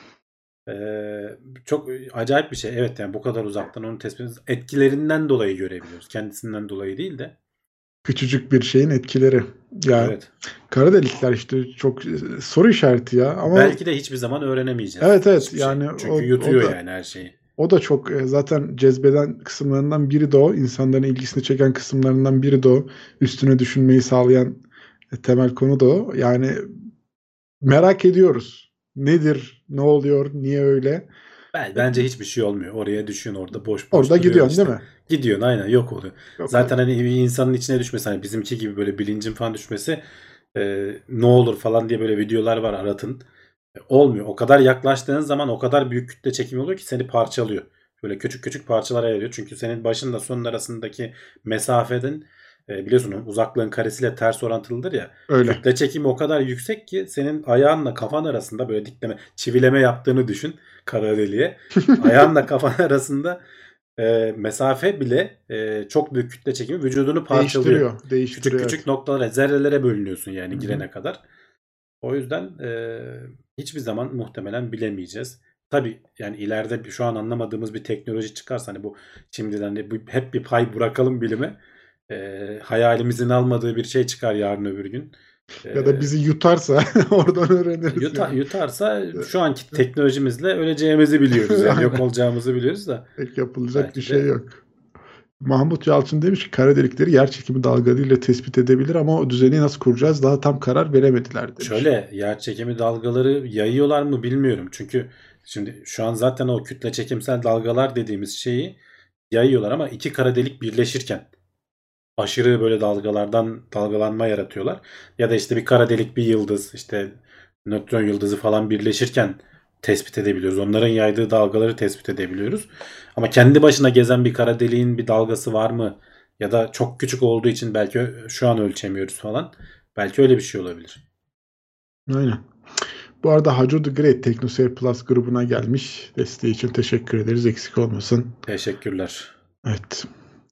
Ee, çok acayip bir şey. Evet, yani bu kadar uzaktan onu tespit ediyoruz. Etkilerinden dolayı görebiliyoruz. Kendisinden dolayı değil de. Küçücük bir şeyin etkileri. Ya Evet. kara delikler işte çok e, soru işareti ya. Ama Belki de hiçbir zaman öğrenemeyeceğiz evet, evet, hiçbir şey. yani o, Çünkü o yutuyor da yani her şeyi. o da çok e, zaten cezbeden kısımlarından biri de o. İnsanların ilgisini çeken kısımlarından biri de o. Üstüne düşünmeyi sağlayan e, temel konu da o. Yani merak ediyoruz. Nedir? Ne oluyor? Niye öyle? Ben, bence hiçbir şey olmuyor. Oraya düşüyorsun, orada boş boş Orada duruyorsun gidiyorsun değil işte. mi? Gidiyorsun, aynen, yok oluyor. Yok Zaten oluyor. hani bir insanın içine düşmesi, hani bizimki gibi böyle bilincin falan düşmesi, e, ne olur falan diye böyle videolar var, aratın. E, olmuyor. O kadar yaklaştığın zaman o kadar büyük kütle çekimi oluyor ki seni parçalıyor. Böyle küçük küçük parçalara ayırıyor. Çünkü senin başınla sonun arasındaki mesafeden, e, biliyorsun uzaklığın karesiyle ters orantılıdır ya. Öyle. Kütle çekimi o kadar yüksek ki senin ayağınla kafan arasında böyle dikleme, çivileme yaptığını düşün kara deliğe. Ayağınla kafan arasında e, mesafe bile e, çok büyük kütle çekimi vücudunu parçalıyor. Değiştiriyor. Küçük Değiştiriyor. küçük Evet. noktalara, zerrelere bölünüyorsun yani Hı hı. girene kadar. O yüzden e, hiçbir zaman muhtemelen bilemeyeceğiz. Tabii yani ileride bir- şu an anlamadığımız bir teknoloji çıkarsa, hani bu şimdiden de bu, hep bir pay bırakalım bilime. E, hayalimizin almadığı bir şey çıkar yarın öbür gün. Ya da E, bizi yutarsa oradan öğreniriz yuta- yani. yutarsa şu anki teknolojimizle öleceğimizi biliyoruz. Yani yok Aynen. olacağımızı biliyoruz da Pek yapılacak bir belki şey de. yok. Mahmut Yalçın demiş ki kara delikleri yer çekimi dalgalarıyla tespit edebilir ama o düzeni nasıl kuracağız daha tam karar veremediler demiş. Şöyle, yer çekimi dalgaları yayıyorlar mı bilmiyorum. Çünkü şimdi şu an zaten o kütle çekimsel dalgalar dediğimiz şeyi yayıyorlar, ama iki kara delik birleşirken aşırı böyle dalgalardan dalgalanma yaratıyorlar. Ya da işte bir kara delik, bir yıldız, işte nötron yıldızı falan birleşirken tespit edebiliyoruz. Onların yaydığı dalgaları tespit edebiliyoruz. Ama kendi başına gezen bir kara deliğin bir dalgası var mı? Ya da çok küçük olduğu için belki şu an ölçemiyoruz falan. Belki öyle bir şey olabilir. Aynen. Bu arada Hajo the Great TeknoSeyir Plus grubuna gelmiş. Desteği için teşekkür ederiz. Eksik olmasın. Teşekkürler. Evet.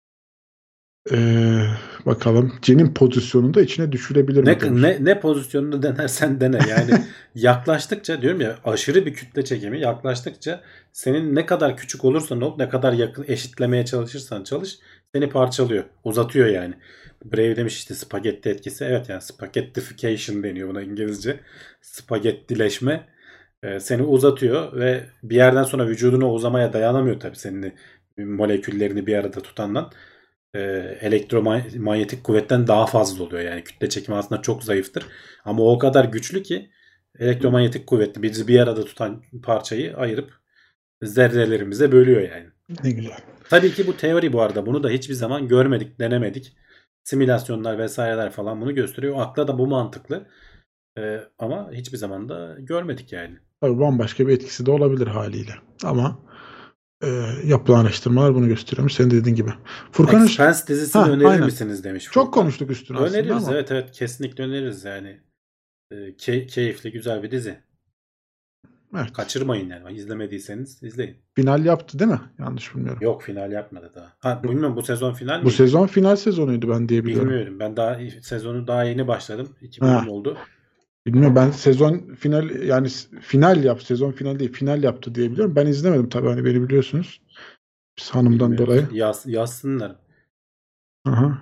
Ee, bakalım. Cin'in pozisyonunda içine düşülebilir Ne, mi demiş. ne, ne pozisyonunu denersen dene. Yani yaklaştıkça, diyorum ya, aşırı bir kütle çekimi yaklaştıkça senin ne kadar küçük olursan ol, ne kadar yakın eşitlemeye çalışırsan çalış, seni parçalıyor. Uzatıyor yani. Brave demiş işte spagetti etkisi. Evet, yani spagettification deniyor buna İngilizce. Spagettileşme. Ee, seni uzatıyor ve bir yerden sonra vücudun o uzamaya dayanamıyor tabii, senin moleküllerini bir arada tutandan. e, elektromanyetik kuvvetten daha fazla oluyor. Yani kütle çekimi aslında çok zayıftır. Ama o kadar güçlü ki elektromanyetik kuvvetli bizi bir arada tutan parçayı ayırıp zerrelerimize bölüyor yani. Ne güzel. Tabii ki bu teori bu arada. Bunu da hiçbir zaman görmedik, denemedik. Simülasyonlar vesaireler falan bunu gösteriyor. Akla da bu mantıklı. E, ama hiçbir zaman da görmedik yani. Tabii bambaşka bir etkisi de olabilir haliyle. Ama e, yapılan araştırmalar bunu gösteriyormuş. Senin dediğin gibi. Furkan Işık. Expanse dizisini Ha, önerir aynen. misiniz demiş Çok Furkan. konuştuk üstüne aslında Öneririz, ama. evet evet, kesinlikle öneririz yani. E, key- keyifli, güzel bir dizi. Evet. Kaçırmayın yani. İzlemediyseniz izleyin. Final yaptı değil mi? Yanlış bilmiyorum. Yok, final yapmadı daha. Ha, bilmiyorum, bu sezon final Bu miydi? sezon final sezonuydu ben diye biliyorum. Bilmiyorum. Ben daha sezonu daha yeni başladım. İki Ha. bölüm oldu. Bilmiyorum, ben sezon final yani final yap sezon final değil final yaptı diye biliyorum. Ben izlemedim tabii, hani beni biliyorsunuz. Biz hanımdan Bilmiyorum. dolayı. Yaz, yazsınlar. Aha.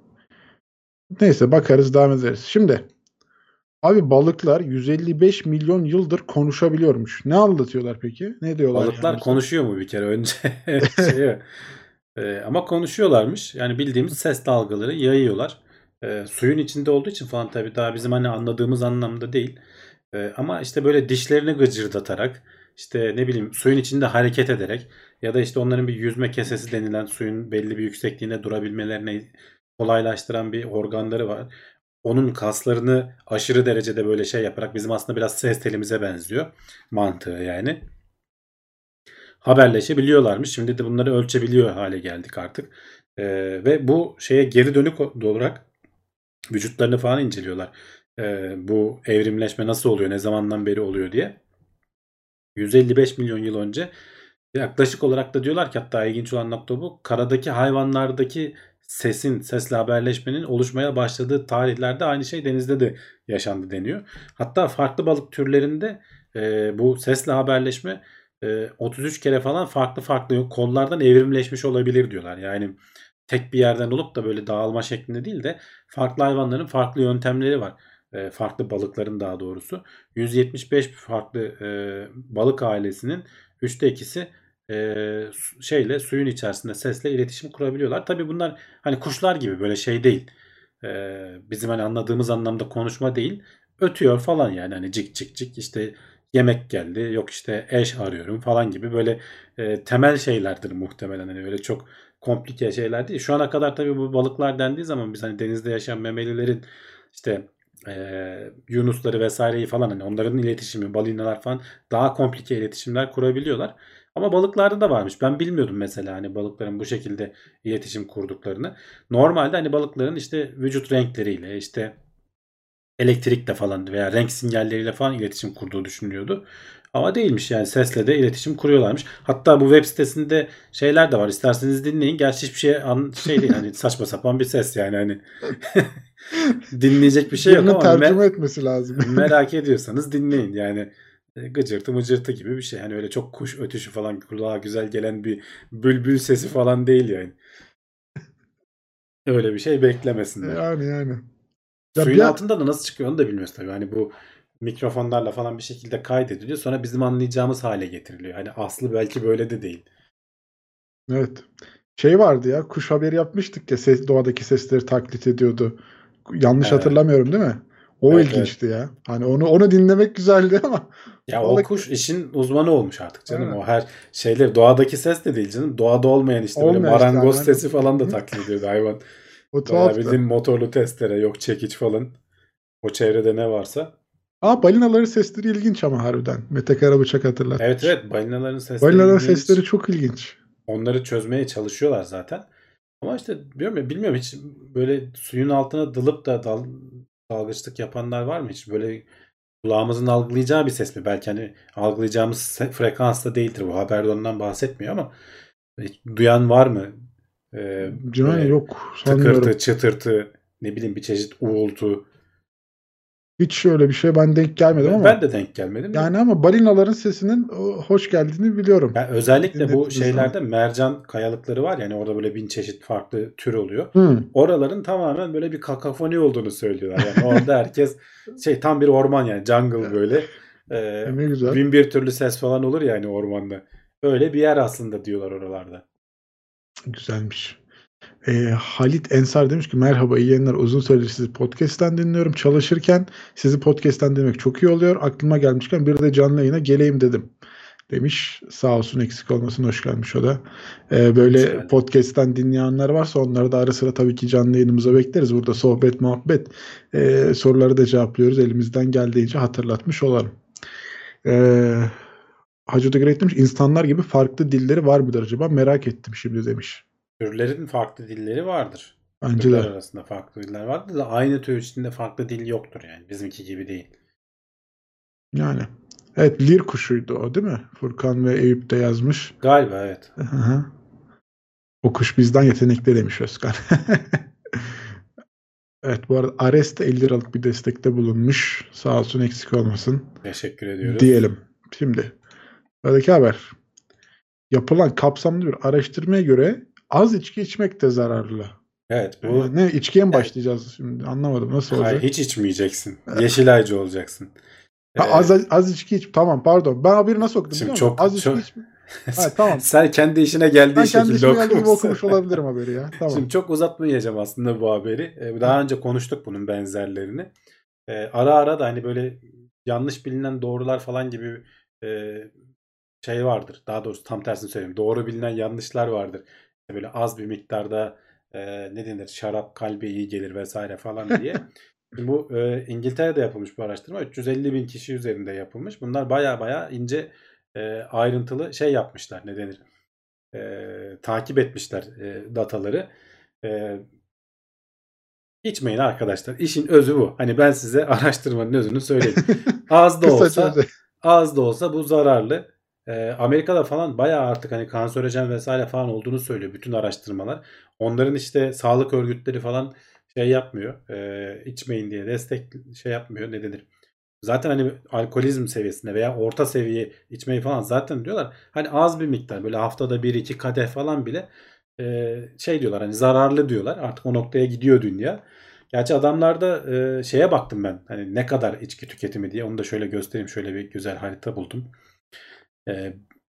Neyse, bakarız, devam ederiz. Şimdi abi, balıklar yüz elli beş milyon yıldır konuşabiliyormuş. Ne anlatıyorlar peki? Ne diyorlar Balıklar yani? konuşuyor mu bir kere önce? şey, e, ama konuşuyorlarmış. Yani bildiğimiz ses dalgaları yayıyorlar. E, suyun içinde olduğu için falan tabii daha bizim hani anladığımız anlamda değil. E, ama işte böyle dişlerini gıcırdatarak, işte ne bileyim suyun içinde hareket ederek ya da işte onların bir yüzme kesesi denilen, suyun belli bir yüksekliğine durabilmelerini kolaylaştıran bir organları var. Onun kaslarını aşırı derecede böyle şey yaparak, bizim aslında biraz ses telimize benziyor mantığı yani, haberleşebiliyorlarmış. Şimdi de bunları ölçebiliyor hale geldik artık. Ee, ve bu şeye geri dönük olarak vücutlarını falan inceliyorlar. Ee, bu evrimleşme nasıl oluyor, ne zamandan beri oluyor diye. yüz elli beş milyon yıl önce yaklaşık olarak da diyorlar ki, hatta ilginç olan nokta bu, karadaki hayvanlardaki sesin, sesle haberleşmenin oluşmaya başladığı tarihlerde aynı şey denizde de yaşandı deniyor. Hatta farklı balık türlerinde e, bu sesle haberleşme e, otuz üç kere falan farklı farklı kollardan evrimleşmiş olabilir diyorlar. Yani tek bir yerden olup da böyle dağılma şeklinde değil de farklı hayvanların farklı yöntemleri var. E, farklı balıkların daha doğrusu. yüz yetmiş beş farklı e, balık ailesinin üçte ikisi e, şeyle, suyun içerisinde sesle iletişim kurabiliyorlar. Tabii bunlar hani kuşlar gibi böyle şey değil. E, bizim hani anladığımız anlamda konuşma değil. Ötüyor falan yani, hani cik cik cik, işte yemek geldi, yok işte eş arıyorum falan gibi böyle e, temel şeylerdir muhtemelen, hani öyle çok komplike şeyler değil. Şu ana kadar tabii bu balıklar dendiği zaman biz hani denizde yaşayan memelilerin işte e, yunusları vesaireyi falan, hani onların iletişimi, balinalar falan daha komplike iletişimler kurabiliyorlar. Ama balıklarda da varmış. Ben bilmiyordum mesela hani balıkların bu şekilde iletişim kurduklarını. Normalde hani balıkların işte vücut renkleriyle, işte elektrikle falan veya renk sinyalleriyle falan iletişim kurduğu düşünülüyordu. Ama değilmiş, yani sesle de iletişim kuruyorlarmış. Hatta bu web sitesinde şeyler de var. İsterseniz dinleyin. Gerçi hiçbir şey an şey değil, hani saçma sapan bir ses yani, hani dinleyecek bir şey yok Birinin ama tercüme me- etmesi lazım. merak ediyorsanız dinleyin. Yani e, gıcırtı mıcırtı gibi bir şey. Hani öyle çok kuş ötüşü falan kulağa güzel gelen bir bülbül sesi falan değil yani. Öyle bir şey beklemesinler. Yani yani. Ya Suyun bir altında da nasıl çıkıyor onu da bilmiyoruz tabii. Hani bu mikrofonlarla falan bir şekilde kaydediliyor. Sonra bizim anlayacağımız hale getiriliyor. Hani aslı belki böyle de değil. evet. Şey vardı ya, kuş haberi yapmıştık ya, ses, doğadaki sesleri taklit ediyordu. Yanlış He, hatırlamıyorum değil mi? O evet evet. ilginçti ya. Hani onu onu dinlemek güzeldi ama Ya o balık, kuş işin uzmanı olmuş artık canım. aynen. O her şeyler doğadaki ses de değil canım. Doğada olmayan işte böyle Olmuyor işte, yani marangoz hani sesi falan da hı, taklit ediyordu hayvan. o Bayağı bildiğin tuhaftı. motorlu testere, yok çekiç falan. O çevrede ne varsa. Aa, balinaların sesleri ilginç ama harbiden. Mete Karabıçak Evet hatırlatmış. evet, balinaların sesleri Balinaların sesleri ilginç. çok ilginç. Onları çözmeye çalışıyorlar zaten. Ama işte bilmiyorum, ya, bilmiyorum hiç böyle suyun altına dalıp da dal, dalgıçlık yapanlar var mı? Hiç böyle kulağımızın algılayacağı bir ses mi? Belki hani algılayacağımız se- frekansta değildir bu. Haberde ondan bahsetmiyor ama hiç duyan var mı? Ee, Yani böyle yok, tıkırtı, sanmıyorum. çıtırtı, ne bileyim bir çeşit uğultu. Hiç öyle bir şey ben denk gelmedim Ben ama ben de denk gelmedim de. yani, ama balinaların sesinin o, hoş geldiğini biliyorum. Ya özellikle bu Dinlettiğiniz zaman. şeylerde mercan kayalıkları var, yani orada böyle bin çeşit farklı tür oluyor. Hı. Oraların tamamen böyle bir kakafoni olduğunu söylüyorlar. Yani orada herkes şey, tam bir orman yani, jungle böyle. Ee, E, ne güzel. bin bir türlü ses falan olur yani ormanda. Öyle bir yer aslında diyorlar oralarda. Güzelmiş. E, Halit Ensar demiş ki merhaba, iyi yayınlar. Uzun süredir sizi podcast'ten dinliyorum. Çalışırken sizi podcast'ten dinlemek çok iyi oluyor. Aklıma gelmişken bir de canlı yayına geleyim dedim. Demiş. Sağ olsun, eksik olmasın, hoş gelmiş o da. E, Hoş böyle geldin. podcast'ten dinleyenler varsa onları da ara sıra tabii ki canlı yayınımıza bekleriz. Burada sohbet muhabbet, e, soruları da cevaplıyoruz. Elimizden geldiğince hatırlatmış olalım. E, Hacı da Great demiş, insanlar gibi farklı dilleri var mıdır acaba? Merak ettim şimdi demiş. Türlerin farklı dilleri vardır. Bence Türler de. arasında farklı diller vardır da aynı tür içinde farklı dil yoktur yani. Bizimki gibi değil. Yani. Evet, lir kuşuydu o değil mi? Furkan ve Eyüp de yazmış. Galiba evet. Hı hı. O kuş bizden yetenekli demiş Özkan. Evet, bu arada Ares de elli liralık bir destekte bulunmuş. Sağ olsun, eksik olmasın Teşekkür ediyoruz. diyelim. Şimdi sıradaki haber. Yapılan kapsamlı bir araştırmaya göre az içki içmek de zararlı. Evet Ee, bu ne içkiye mi yani, başlayacağız şimdi? Anlamadım, nasıl hayır, olacak? hiç içmeyeceksin. Yeşilaycı olacaksın. Ha, Ee, az, az içki iç. Tamam, pardon. Ben haberi nasıl okudum şimdi biliyor musun? Az çok içki çok iç. Ha, tamam. sen kendi işine geldiği Ben kendi şekilde işime geldiği gibi okumuşsun. okumuş olabilirim haberi ya. Şimdi Tamam. çok uzatmayacağım aslında bu haberi. Ee, Daha önce konuştuk bunun benzerlerini. Ee, ara ara da hani böyle yanlış bilinen doğrular falan gibi e, şey vardır. Daha doğrusu tam tersini söyleyeyim. Doğru bilinen yanlışlar vardır. İşte böyle az bir miktarda e, ne denir, şarap kalbe iyi gelir vesaire falan diye. Şimdi bu e, İngiltere'de yapılmış bir araştırma. üç yüz elli bin kişi üzerinde yapılmış. Bunlar baya baya ince e, ayrıntılı şey yapmışlar. Ne denir? E, takip etmişler e, dataları. E, içmeyin arkadaşlar. İşin özü bu. Hani ben size araştırmanın özünü söyleyeyim. Az da Kısaca olsa özet. az da olsa bu zararlı. Ee, Amerika'da falan bayağı artık hani kanserojen vesaire falan olduğunu söylüyor bütün araştırmalar. Onların işte sağlık örgütleri falan şey yapmıyor. E, içmeyin diye destek şey yapmıyor. Ne denir? Zaten hani alkolizm seviyesinde veya orta seviye içmeyi falan zaten diyorlar. Hani az bir miktar böyle haftada bir iki kadeh falan bile e, şey diyorlar, hani zararlı diyorlar. Artık o noktaya gidiyor dünya. Gerçi adamlarda e, şeye baktım ben. Hani ne kadar içki tüketimi diye. Onu da şöyle göstereyim. Şöyle bir güzel harita buldum. E,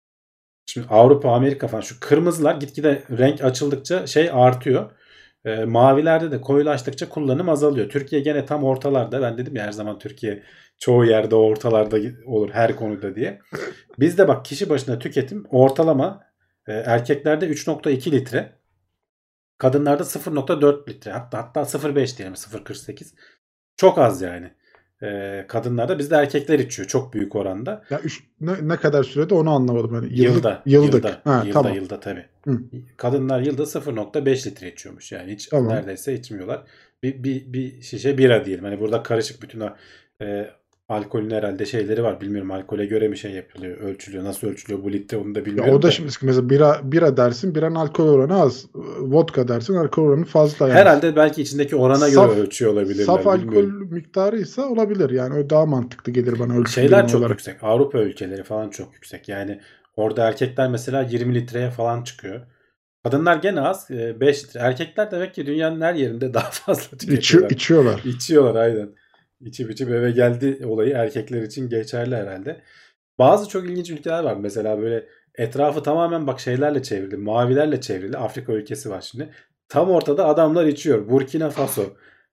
Şimdi Avrupa, Amerika falan şu kırmızılar gitgide renk açıldıkça şey artıyor. E, mavilerde de koyulaştıkça kullanım azalıyor. Türkiye gene tam ortalarda. Ben dedim ya her zaman Türkiye çoğu yerde ortalarda olur her konuda diye. Bizde bak kişi başına tüketim ortalama e, erkeklerde üç nokta iki litre, kadınlarda sıfır nokta dört litre, hatta hatta sıfır nokta beş diyelim, sıfır nokta kırk sekiz. Çok az yani. E, kadınlarda, bizde erkekler içiyor çok büyük oranda. Ya üç, ne, ne kadar sürede onu anlamadım. Yani yıllık, Yılda, yıldık. yılda, Ha, yılda, tamam. yılda tabii. Hı, Kadınlar yılda sıfır nokta beş litre içiyormuş. Yani hiç tamam. neredeyse içmiyorlar. Bir, bir, bir şişe bira diyelim. Hani burada karışık bütün o, e, alkolün herhalde şeyleri var. Bilmiyorum, alkole göre mi şey yapılıyor, ölçülüyor. Nasıl ölçülüyor bu litre, onu da Ya o bilmiyorum da da. şimdi mesela bira, bira dersin, biranın alkol oranı az. Vodka dersin, alkol oranı fazla yani. Herhalde belki içindeki orana göre Saf ölçüyor saf olabilirler. alkol Bilmiyorum. miktarıysa olabilir. Yani o daha mantıklı gelir bana ölçü Şeyler birimi çok olarak. yüksek. Avrupa ülkeleri falan çok yüksek. Yani orada erkekler mesela yirmi litreye falan çıkıyor. Kadınlar gene az, e, beş litre. Erkekler demek ki dünyanın her yerinde daha fazla İçi, tüketiyorlar. içiyorlar. İçiyorlar aynen. İçip içip eve geldi olayı erkekler için geçerli herhalde. Bazı çok ilginç ülkeler var. Mesela böyle etrafı tamamen bak şeylerle çevrili, mavilerle çevrili. Afrika ülkesi var şimdi. Tam ortada adamlar içiyor. Burkina Faso.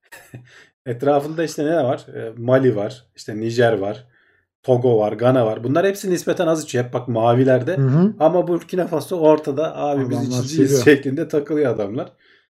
Etrafında işte ne var? E, Mali var. İşte Nijer var. Togo var. Gana var. Bunlar hepsi nispeten az içiyor. Hep bak Hı mavilerde. hı. Ama Burkina Faso ortada. Abi biz Adamlar içiciyiz seviyor. şeklinde takılıyor adamlar.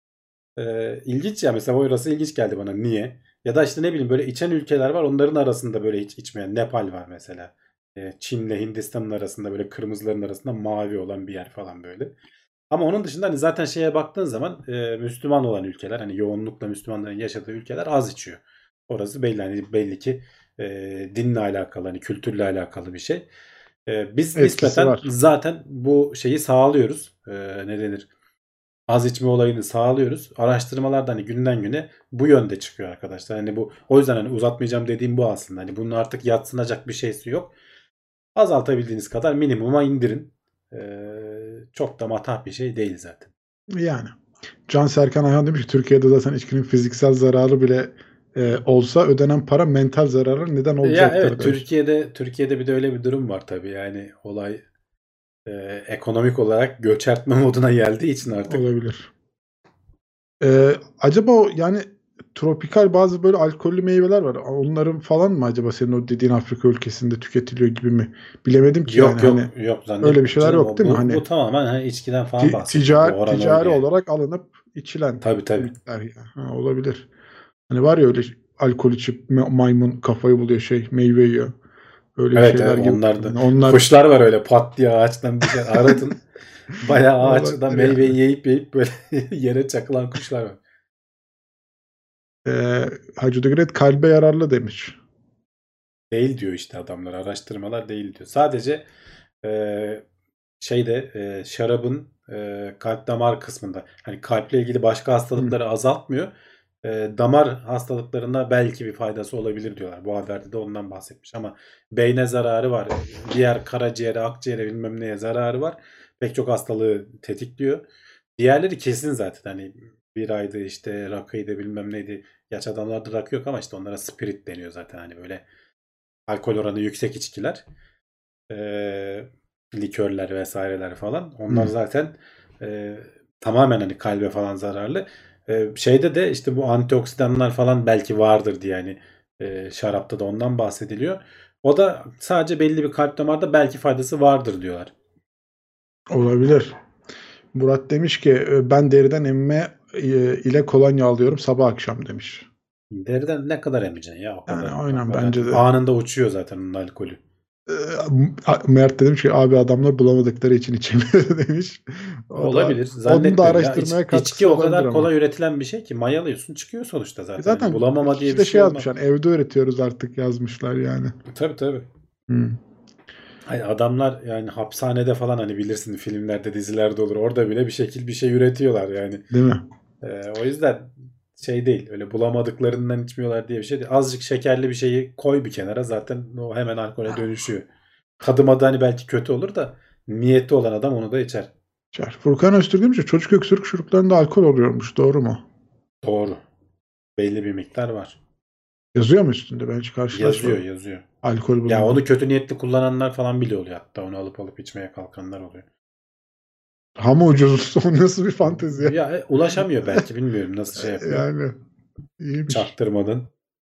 Ee, ilginç ya, mesela orası ilginç geldi bana. Niye? Ya da işte ne bileyim böyle içen ülkeler var. Onların arasında böyle hiç içmeyen. Nepal var mesela. Ee, Çin'le Hindistan'ın arasında böyle kırmızıların arasında mavi olan bir yer falan böyle. Ama onun dışında hani zaten şeye baktığın zaman e, Müslüman olan ülkeler, hani yoğunlukla Müslümanların yaşadığı ülkeler az içiyor. Orası belli, hani belli ki e, dinle alakalı, hani kültürle alakalı bir şey. E, biz Etkisi nispeten var. zaten bu şeyi sağlıyoruz. E, ne denir? Az içme olayını sağlıyoruz. Araştırmalarda hani günden güne bu yönde çıkıyor arkadaşlar. Hani bu, o yüzden hani uzatmayacağım dediğim bu aslında. Hani bunun artık yadsınacak bir şeysi yok. Azaltabildiğiniz kadar minimuma indirin. Ee, çok da matah bir şey değil zaten. Yani. Can Serkan Ayhan demiş ki Türkiye'de zaten içkinin fiziksel zararı bile e, olsa ödenen para mental zararı neden Ya olacaktır evet, demiş. Türkiye'de Türkiye'de bir de öyle bir durum var tabii. Yani olay e, ekonomik olarak göçertme moduna geldiği için artık. Olabilir. E, acaba o yani tropikal bazı böyle alkollü meyveler var. Onların falan mı acaba senin o dediğin Afrika ülkesinde tüketiliyor gibi mi? Bilemedim ki yani Yok hani yok yok, öyle bir zannetmiyorum şeyler canım. yok O, değil mi? bu, Hani bu tamamen hani içkiden falan ti- bahsediyor. Bu ticari, oran oydu ticari yani. olarak alınıp içilen Tabii bir tabii. miktar ya. Ha, olabilir. Hani var ya öyle alkol içip ma- maymun kafayı buluyor şey meyve yiyor. Öyle Evet şeyler evet, gibi. onlar da. Yani onlar Kuşlar var öyle pat diye ağaçtan bir şey aratın. Bayağı ağaçta olabilir meyveyi yani. yiyip yiyip böyle yere çakılan kuşlar var. Ee, Hacı Dugret kalbe yararlı demiş. Değil diyor işte adamlar. Araştırmalar değil diyor. Sadece e, şeyde e, şarabın e, kalp damar kısmında hani kalple ilgili başka hastalıkları azaltmıyor. E, damar hastalıklarına belki bir faydası olabilir diyorlar. Bu haberde de ondan bahsetmiş ama beyne zararı var. Diğer karaciğere, akciğere bilmem neye zararı var. Pek çok hastalığı tetikliyor. Diğerleri kesin zaten hani bir ayda işte rakıydı bilmem neydi. Gerçi adamlarda rakı yok ama işte onlara spirit deniyor zaten hani böyle alkol oranı yüksek içkiler. Ee, likörler vesaireler falan. Onlar Hı. zaten e, tamamen hani kalbe falan zararlı. Ee, şeyde de işte bu antioksidanlar falan belki vardır diye yani e, şarapta da ondan bahsediliyor. O da sadece belli bir kalp damarda belki faydası vardır diyorlar. Olabilir. Murat demiş ki "E, ben deriden emme e, ile kolonya alıyorum sabah akşam" demiş. Deriden ne kadar emeceksin ya o Yani kadar. O aynen kadar. bence de. Anında uçuyor zaten onun alkolü. Ee, Mert dedim ki abi adamlar bulamadıkları için içemiyor demiş. O da Olabilir. onun da Zannetmiyorum ya. İç, araştırmaya içki katkısı o olabilir kadar ama. kolay üretilen bir şey ki mayalıyorsun çıkıyor sonuçta E zaten. Hani zaten bulamama diye kişi bir de şey şey yazmış olmaz. hani evde üretiyoruz artık yazmışlar yani. Tabii tabii. Hı. Hani adamlar yani hapishanede falan hani bilirsin filmlerde dizilerde olur. Orada bile bir şekil bir şey üretiyorlar yani. Değil mi? Ee, o yüzden şey değil. Öyle bulamadıklarından içmiyorlar diye bir şey değil. Azıcık şekerli bir şeyi koy bir kenara zaten o hemen alkole dönüşüyor. Tadı madı hani belki kötü olur da niyeti olan adam onu da içer. Çar. Furkan Öztürk demiş ki çocuk öksürük şuruplarında alkol oluyormuş. Doğru mu? Doğru. Belli bir miktar var. Yazıyor mu üstünde? Ben hiç Yazıyor karşılaşmadım. yazıyor. Alkol Ya bulunuyor. onu kötü niyetli kullananlar falan bile oluyor hatta onu alıp alıp içmeye kalkanlar oluyor. Ha mı ucuz? O nasıl bir fantezi ya? Ya e, ulaşamıyor belki bilmiyorum nasıl şey yapıyor. Yani iyiymiş. Çaktırmadan.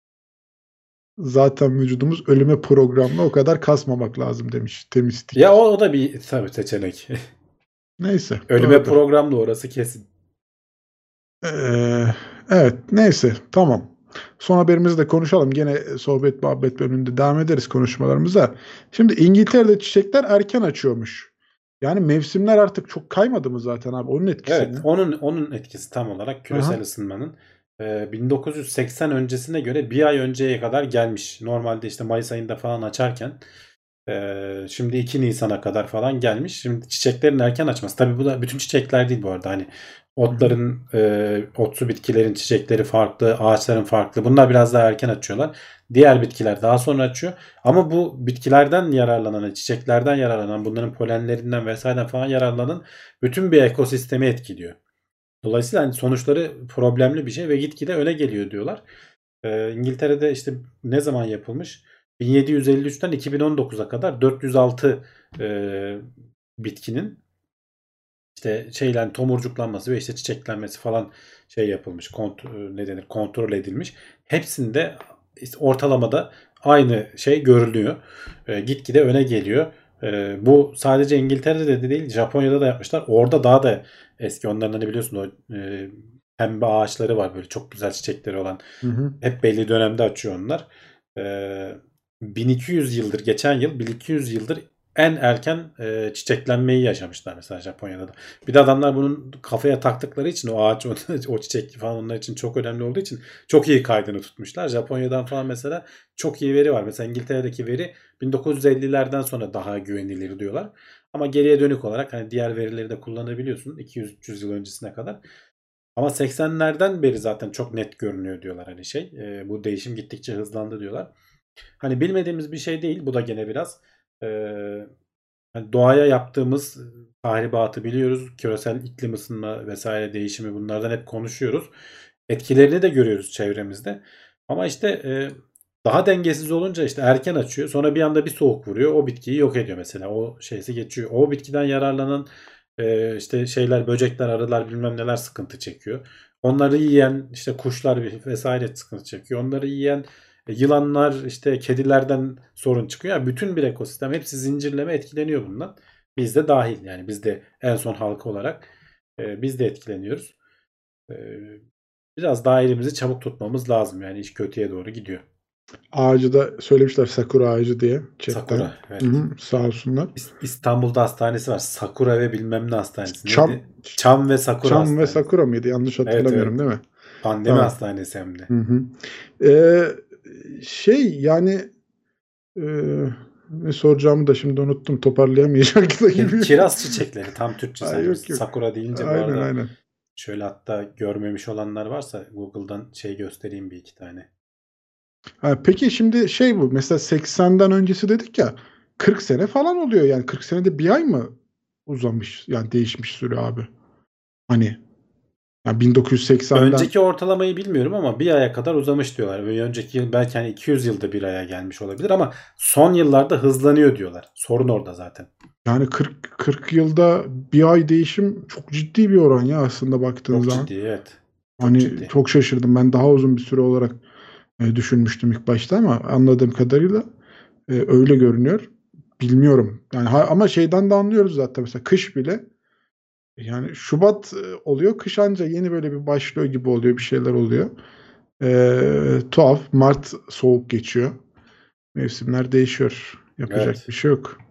Zaten vücudumuz ölüme programlı o kadar kasmamak lazım demiş. Ya o, Temistik. o da bir tabii seçenek. Neyse Ölüme doğrudur. programlı orası kesin. Ee, evet neyse tamam. Son haberimizi de konuşalım. Gene sohbet muhabbet bölümünde devam ederiz konuşmalarımıza. Şimdi İngiltere'de çiçekler erken açıyormuş. Yani mevsimler artık çok kaymadı mı zaten abi? Onun etkisi Evet mi? onun onun etkisi tam olarak küresel Aha. ısınmanın e, bin dokuz yüz seksen öncesine göre bir ay önceye kadar gelmiş. Normalde işte Mayıs ayında falan açarken e, şimdi iki Nisan'a kadar falan gelmiş. Şimdi çiçeklerin erken açması. Tabii bu da bütün çiçekler değil bu arada. Hani Hı hı. otların, e, otsu bitkilerin çiçekleri farklı, ağaçların farklı. Bunlar biraz daha erken açıyorlar. Diğer bitkiler daha sonra açıyor. Ama bu bitkilerden yararlanan, çiçeklerden yararlanan, bunların polenlerinden vesaireden falan yararlanan bütün bir ekosistemi etkiliyor. Dolayısıyla hani sonuçları problemli bir şey ve gitgide öne geliyor diyorlar. Ee, İngiltere'de işte ne zaman yapılmış? bin yedi yüz elli üçten iki bin on dokuza kadar dört yüz altı e, bitkinin işte şeylen tomurcuklanması ve işte çiçeklenmesi falan şey yapılmış. Kont ne denir? Kontrol edilmiş. Hepsinde işte ortalamada aynı şey görülüyor. E, gitgide öne geliyor. E, bu sadece İngiltere'de de değil, Japonya'da da yapmışlar. Orada daha da eski. Onların hani biliyorsun o e, pembe ağaçları var böyle çok güzel çiçekleri olan. Hı hı. Hep belli dönemde açıyor onlar. E, bin iki yüz yıldır geçen yıl bin iki yüz yıldır en erken e, çiçeklenmeyi yaşamışlar mesela Japonya'da da. Bir de adamlar bunun kafaya taktıkları için o ağaç, o, o çiçek falan onlar için çok önemli olduğu için çok iyi kaydını tutmuşlar. Japonya'dan falan mesela çok iyi veri var. Mesela İngiltere'deki veri bin dokuz yüz ellilerden sonra daha güvenilir diyorlar. Ama geriye dönük olarak hani diğer verileri de kullanabiliyorsun iki yüz üç yüz yıl öncesine kadar. Ama seksenlerden beri zaten çok net görünüyor diyorlar hani şey. E, bu değişim gittikçe hızlandı diyorlar. Hani bilmediğimiz bir şey değil. Bu da gene biraz e, hani doğaya yaptığımız tahribatı biliyoruz. Küresel iklim ısınma vesaire değişimi bunlardan hep konuşuyoruz. Etkilerini de görüyoruz çevremizde. Ama işte e, daha dengesiz olunca işte erken açıyor. Sonra bir anda bir soğuk vuruyor. O bitkiyi yok ediyor mesela. O şeysi geçiyor. O bitkiden yararlanan e, işte şeyler, böcekler, arılar bilmem neler sıkıntı çekiyor. Onları yiyen işte kuşlar vesaire sıkıntı çekiyor. Onları yiyen e, yılanlar işte kedilerden sorun çıkıyor. Yani bütün bir ekosistem hepsi zincirleme etkileniyor bundan. Biz de dahil yani biz de en son halka olarak e, biz de etkileniyoruz. E, biraz daha elimizi çabuk tutmamız lazım yani iş kötüye doğru gidiyor. Ağacı da söylemişler sakura ağacı diye chatten. Sakura Hı evet. hı, sağ olsunlar. İs- İstanbul'da hastanesi var. Sakura ve bilmem ne hastanesi. Çam Neydi? Çam ve Sakura Çam ve Hastanesi. sakura mıydı? Yanlış Evet hatırlamıyorum evet. değil mi? Pandemi Tamam. hastanesi hem de. Hı hı. Ee, şey yani Ee, ne soracağımı da şimdi unuttum. Toparlayamayacak da gibi. Kiraz çiçekleri tam Türkçesi. Ay, Hani yok yok. Sakura deyince bu Aynen arada aynen. şöyle hatta görmemiş olanlar varsa Google'dan şey göstereyim bir iki tane. Ha, peki şimdi şey bu. Mesela seksenden öncesi dedik ya. kırk sene falan oluyor yani. kırk senede bir ay mı uzamış? Yani değişmiş süre abi. Hani yani bin dokuz yüz seksenden Önceki ortalamayı bilmiyorum ama bir aya kadar uzamış diyorlar. Ve önceki yıl belki hani iki yüz yılda bir aya gelmiş olabilir ama son yıllarda hızlanıyor diyorlar. Sorun orada zaten. yani kırk kırk yılda bir ay değişim çok ciddi bir oran ya aslında baktığın Çok zaman. ciddi, evet. Çok Hani ciddi. çok şaşırdım. Ben daha uzun bir süre olarak e, düşünmüştüm ilk başta ama anladığım kadarıyla e, öyle görünüyor. Bilmiyorum. Yani ha- ama şeyden de anlıyoruz zaten mesela kış bile yani Şubat e, oluyor. Kış anca yeni böyle bir başlıyor gibi oluyor. Bir şeyler oluyor. E, tuhaf. Mart soğuk geçiyor. Mevsimler değişiyor. Yapacak Evet. bir şey yok.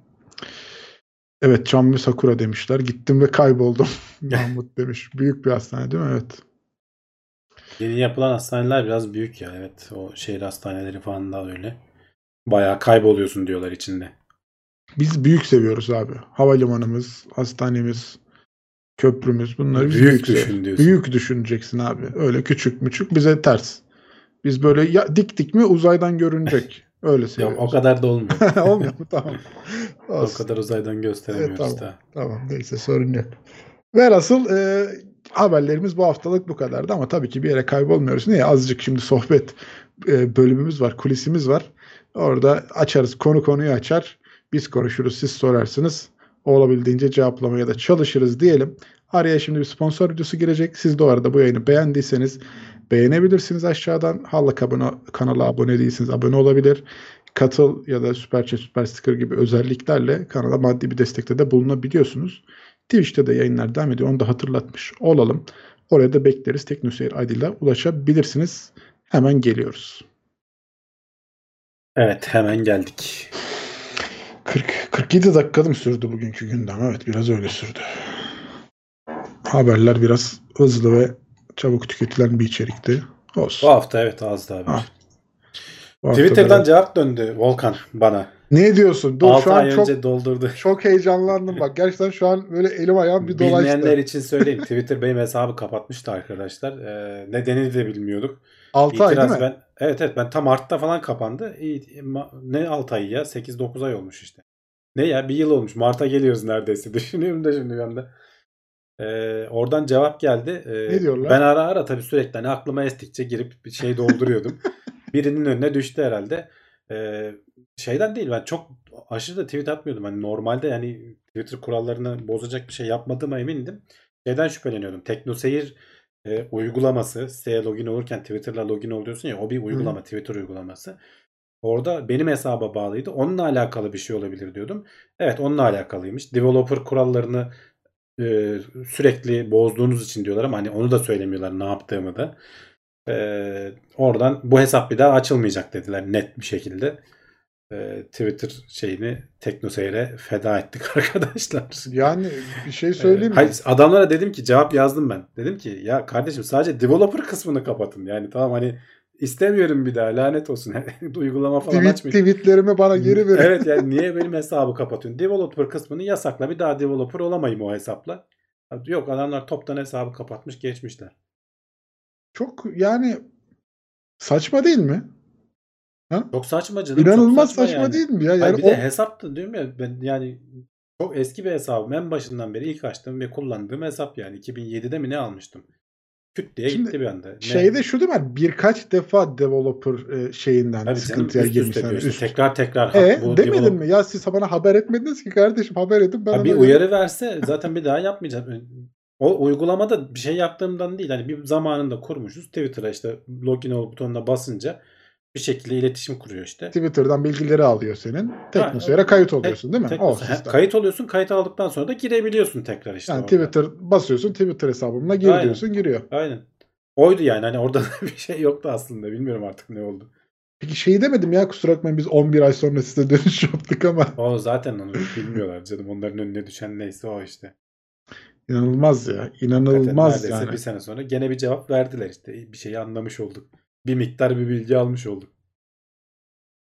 Evet, Çam ve Sakura demişler. Gittim ve kayboldum. Mahmut demiş. Büyük bir hastane değil mi? Evet. Yeni yapılan hastaneler biraz büyük ya. Evet. O şehir hastaneleri falan da öyle. Bayağı kayboluyorsun diyorlar içinde. Biz büyük seviyoruz abi. Havalimanımız, hastanemiz, köprümüz bunları biz Büyük büyük seviyoruz. düşün diyorsun. Büyük düşüneceksin abi. Öyle küçük müçük bize ters. Biz böyle ya, dik dik mi uzaydan görünecek. Öyle Yok, o seviyoruz. kadar da olmuyor. Olmuyor mu? Tamam. O Olsun. kadar uzaydan Evet, gösteremiyoruz tamam. da. Tamam. Neyse sorun yok. Velhasıl e, haberlerimiz bu haftalık bu kadardı ama tabii ki bir yere kaybolmuyoruz. Niye? Azıcık şimdi sohbet e, bölümümüz var, kulisimiz var. Orada açarız, konu konuyu açar. Biz konuşuruz, siz sorarsınız. Olabildiğince cevaplamaya da çalışırız diyelim. Araya şimdi bir sponsor videosu girecek. Siz de o arada bu yayını beğendiyseniz beğenebilirsiniz aşağıdan. Halla kabına, kanala abone değilsiniz, abone olabilir. Katıl ya da Süper Chat, Süper Sticker gibi özelliklerle kanala maddi bir destekte de bulunabiliyorsunuz. Twitch'te de yayınlar devam ediyor. Onu da hatırlatmış olalım. Oraya da bekleriz. TeknoSeyir I D ile ulaşabilirsiniz. Hemen geliyoruz. Evet, hemen geldik. kırk kırk yedi dakikada mı sürdü bugünkü gündem? Evet, biraz öyle sürdü. Haberler biraz hızlı ve çabuk tüketilen bir içerikti. Bu Olsun. hafta evet azdı haber. Ha, bu hafta Twitter'dan biraz- cevap döndü Volkan bana. Ne diyorsun? Dur altı şu an ay çok önce doldurdu. çok heyecanlandım bak. Gerçekten şu an böyle elim ayağım bir dolaştı. Bilmeyenler için söyleyeyim. Twitter benim hesabı kapatmıştı arkadaşlar. Ee, nedenini de bilmiyorduk. altı ay değil İtiraz mi? ben evet evet ben tam Mart'ta falan kapandı. İyi, ma- ne altı ay ya? sekiz dokuz ay olmuş işte. Ne ya? Bir yıl olmuş. Mart'a geliyoruz neredeyse. Düşünüyorum da şimdi ben de. Ee, oradan cevap geldi. Ee, Ne diyorlar? Ben ara ara tabii sürekli hani aklıma estikçe girip bir şey dolduruyordum. Birinin önüne düştü herhalde. Ee, şeyden değil, ben çok aşırı da tweet atmıyordum. Hani normalde yani Twitter kurallarını bozacak bir şey yapmadığıma emindim. Şeyden şüpheleniyordum. TeknoSeyir e, uygulaması, siteye login olurken Twitter'la login oluyorsun ya, o bir uygulama, Hı. Twitter uygulaması. Orada benim hesaba bağlıydı. Onunla alakalı bir şey olabilir diyordum. Evet, onunla alakalıymış. Developer kurallarını e, sürekli bozduğunuz için diyorlar ama hani onu da söylemiyorlar, ne yaptığımı da. E, oradan bu hesap bir daha açılmayacak dediler net bir şekilde. E, Twitter şeyini TeknoSeyir'e feda ettik arkadaşlar. Yani bir şey E, söyleyeyim mi? hayır, adamlara dedim ki, cevap yazdım ben. Dedim ki ya kardeşim, sadece developer kısmını kapatın. Yani tamam, hani istemiyorum bir daha, lanet olsun. Uygulama falan Tweet, açmayın. tweetlerimi bana geri verin. Evet, yani niye benim hesabı kapatıyorsun? Developer kısmını yasakla, bir daha developer olamayayım o hesapla. Yok, adamlar toptan hesabı kapatmış geçmişler. Çok yani saçma değil mi? Ha? Çok saçma canım, çok İnanılmaz saçma saçma yani. değil mi ya? Yani Hayır, bir o de hesap da diyorum ya ben, yani çok eski bir hesabım. En başından beri ilk açtığım ve kullandığım hesap yani. iki bin yedide mi ne almıştım? Küt diye şimdi gitti bir anda. Ne? şeyde şu değil mi? Birkaç defa developer e, şeyinden Tabii canım, sıkıntıya üst üste girmişler. diyor işte. Üst. Tekrar tekrar E bu demedin develop... mi? Ya siz bana haber etmediniz ki kardeşim, haber edin ben Ha, ona bir göre. uyarı verse zaten bir daha yapmayacağım. O uygulamada bir şey yaptığımdan değil. Hani bir zamanında kurmuşuz. Twitter'a işte login ol butonuna basınca bir şekilde iletişim kuruyor işte. Twitter'dan bilgileri alıyor senin. Ha, TeknoSeyir'e kayıt tek- oluyorsun değil mi? tek- O ha, sistem. kayıt oluyorsun. Kayıt aldıktan sonra da girebiliyorsun tekrar işte Yani orada. Twitter basıyorsun, Twitter hesabımla gir Aynen. diyorsun, giriyor. Aynen. Oydu yani. Hani orada da bir şey yoktu aslında. Bilmiyorum artık ne oldu. Peki şey demedim ya, kusura bakmayın biz on bir ay sonra size dönüş yaptık ama. O zaten onu bilmiyorlar canım. Onların önüne düşen neyse o işte. İnanılmaz ya. Hakikaten İnanılmaz neredeyse yani. bir sene sonra gene bir cevap verdiler işte. Bir şeyi anlamış olduk. Bir miktar bir bilgi almış olduk.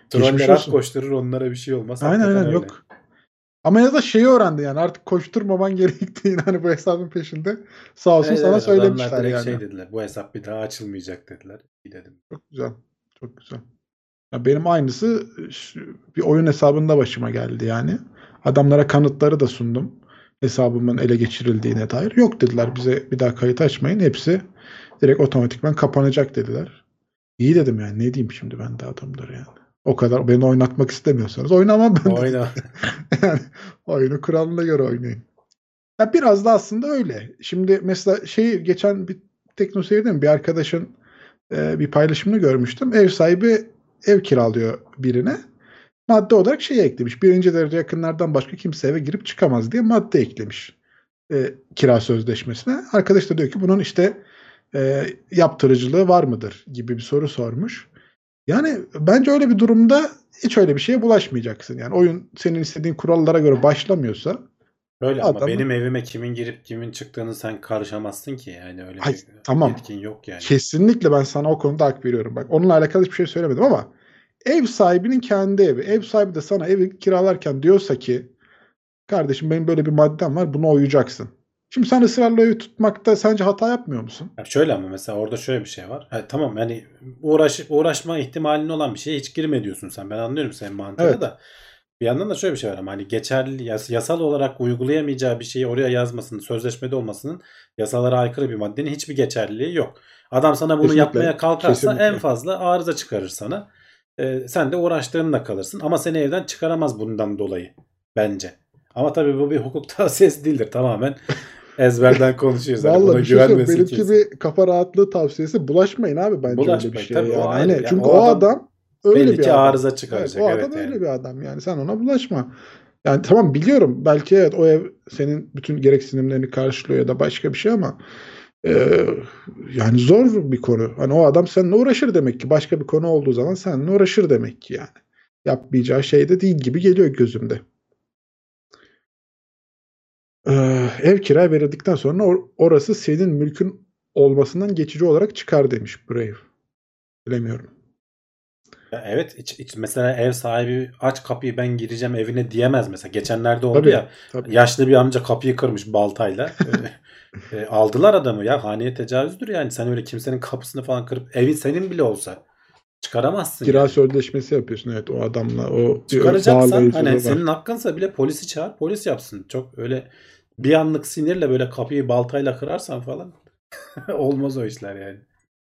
Geçmiş Troller at olsun. koşturur, onlara bir şey olmaz. Aynen Hakikaten aynen öyle. yok. Ama ya da şeyi öğrendi yani artık koşturmaman gerektiğini hani bu hesabın peşinde sağ olsun Evet, sana evet, adamlar söylemişler direkt yani. şey dediler. Bu hesap bir daha açılmayacak dediler. İyi dedim. Çok güzel. Çok güzel. Ya benim aynısı şu- bir oyun hesabında başıma geldi yani. Adamlara kanıtları da sundum. Hesabımın ele geçirildiğine dair. Yok dediler, bize bir daha kayıt açmayın. Hepsi direkt otomatikman kapanacak dediler. İyi dedim yani, ne diyeyim şimdi ben de adamlara yani. O kadar beni oynatmak istemiyorsanız oynamam ben de. Oyna. Yani oyunu kuralına göre oynayın. Ya biraz da aslında öyle. Şimdi mesela şeyi geçen bir teknoseyirde bir arkadaşın e, bir paylaşımını görmüştüm. Ev sahibi ev kiralıyor birine. Madde olarak şey eklemiş. Birinci derece yakınlardan başka kimse eve girip çıkamaz diye madde eklemiş. E, kira sözleşmesine. Arkadaş da diyor ki bunun işte e, yaptırıcılığı var mıdır gibi bir soru sormuş. Yani bence öyle bir durumda hiç öyle bir şeye bulaşmayacaksın. Yani oyun senin istediğin kurallara göre başlamıyorsa Öyle ama adamın benim evime kimin girip kimin çıktığını sen karışamazsın ki. Yani öyle Ay, bir tamam. yetkin yok yani. Kesinlikle ben sana o konuda hak veriyorum. Bak onunla alakalı hiçbir şey söylemedim ama ev sahibinin kendi evi. Ev sahibi de sana evi kiralarken diyorsa ki kardeşim benim böyle bir maddem var, buna uyacaksın. Şimdi sen ısrarla evi tutmakta sence hata yapmıyor musun? Ya şöyle ama mesela orada şöyle bir şey var. Ha, tamam yani uğraş, uğraşma ihtimalin olan bir şeye hiç girme diyorsun sen. Ben anlıyorum senin mantığını Evet. da. Bir yandan da şöyle bir şey var ama hani geçerli yas- yasal olarak uygulayamayacağı bir şeyi oraya yazmasının, sözleşmede olmasının yasalara aykırı bir maddenin hiçbir geçerliliği yok. Adam sana bunu Kesinlikle. yapmaya kalkarsa en Kesinlikle. fazla arıza çıkarır sana. Ee, sen de uğraştığınla kalırsın ama seni evden çıkaramaz bundan dolayı bence. Ama tabii bu bir hukuk tavsiyesi değildir. Tamamen ezberden konuşuyoruz. Hani buna Vallahi bir şey söyleyeyim. güvenmesin Benimki kesin. bir kafa rahatlığı tavsiyesi. Bulaşmayın abi bence öyle bir Bulaşmayın. şeye Tabii o yani. ayrı. Hani Yani çünkü o o adam adam öyle belli bir ki adam. arıza Evet, çıkaracak. o Evet adam öyle yani. bir adam. Yani sen ona bulaşma. Yani tamam biliyorum belki evet o ev senin bütün gereksinimlerini karşılıyor ya da başka bir şey ama e, yani zor bir konu. Hani o adam seninle uğraşır demek ki. Başka bir konu olduğu zaman seninle uğraşır demek ki yani. Yapmayacağı şey de değil gibi geliyor gözümde. Ee, ev kira verildikten sonra or- orası senin mülkün olmasından geçici olarak çıkar demiş Brave. Bilemiyorum. Ya evet iç, iç- mesela ev sahibi aç kapıyı ben gireceğim evine diyemez mesela. Geçenlerde oldu Tabii, ya tabii. yaşlı bir amca kapıyı kırmış baltayla. E, e, aldılar adamı ya haneye tecavüzdür yani. Sen öyle kimsenin kapısını falan kırıp evin senin bile olsa çıkaramazsın Kira yani. sözleşmesi yapıyorsun evet o adamla. O bir ö- Çıkaracaksan hani bağlayıcılığı senin var. hakkınsa bile polisi çağır polis yapsın. Çok öyle bir anlık sinirle böyle kapıyı baltayla kırarsan falan olmaz o işler yani.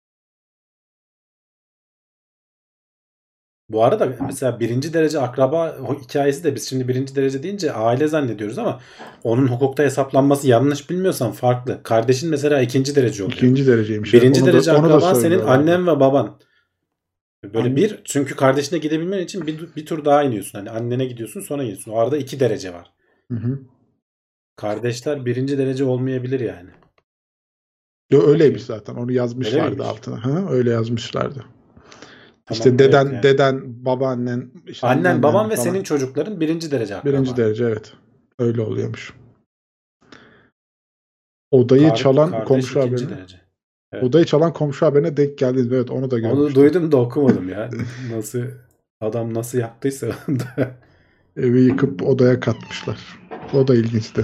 Bu arada mesela birinci derece akraba hikayesi de biz şimdi birinci derece deyince aile zannediyoruz ama onun hukukta hesaplanması yanlış bilmiyorsam farklı. Kardeşin mesela ikinci derece oluyor. İkinci dereceymiş. Evet. Birinci Onu da derece onu da akraban senin söylüyorlardı. annen ve baban. Böyle An- bir çünkü kardeşine gidebilmen için bir, bir tur daha iniyorsun. Hani annene gidiyorsun sonra gidiyorsun. O arada iki derece var. Hı hı. Kardeşler birinci derece olmayabilir yani. Yo, öyleymiş Bakayım. zaten. Onu Öyle yazmışlardı miymiş? altına. Ha, öyle yazmışlardı. İşte Tamam evet deden, yani. deden, babaannen, işte Annen, anneannen baban ve falan. senin çocukların birinci derece Birinci akraba. derece evet. Öyle oluyormuş. Odayı Kar, çalan kardeş komşu ikinci haberine. derece. Evet. Odayı çalan komşu haberine denk geldiniz. Evet onu da Onu görmüştüm. duydum da okumadım ya. Nasıl adam nasıl yaptıysa onu da. Evi yıkıp odaya katmışlar. O da ilginçti.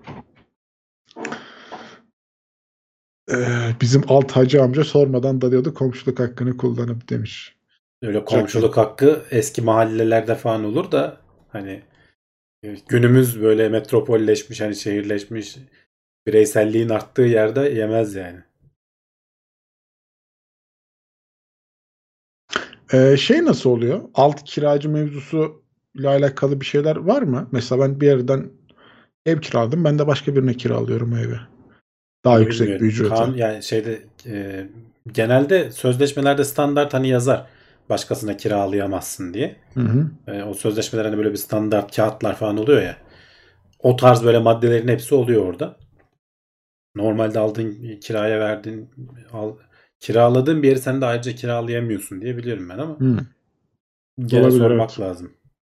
Ee, bizim alt hacı amca sormadan dalıyordu komşuluk hakkını kullanıp demiş. Öyle Jackie. komşuluk hakkı eski mahallelerde falan olur da hani e, günümüz böyle metropolleşmiş hani şehirleşmiş bireyselliğin arttığı yerde yemez yani. Ee, şey nasıl oluyor? Alt kiracı mevzusu ile alakalı bir şeyler var mı? Mesela ben bir yerden ev kiraladım. Ben de başka birine kiralıyorum o evi. Daha Onu yüksek bir bilmiyorum. ücrete. Kan yani şeyde e, genelde sözleşmelerde standart hani yazar başkasına kiralayamazsın diye. Hı hı. E, o sözleşmeler hani böyle bir standart kağıtlar falan oluyor ya. O tarz böyle maddelerin hepsi oluyor orada. Normalde aldığın kiraya verdiğin al, kiraladığın bir yeri sen de ayrıca kiralayamıyorsun diye biliyorum ben ama Hı. gene Olabilir sormak evet. lazım.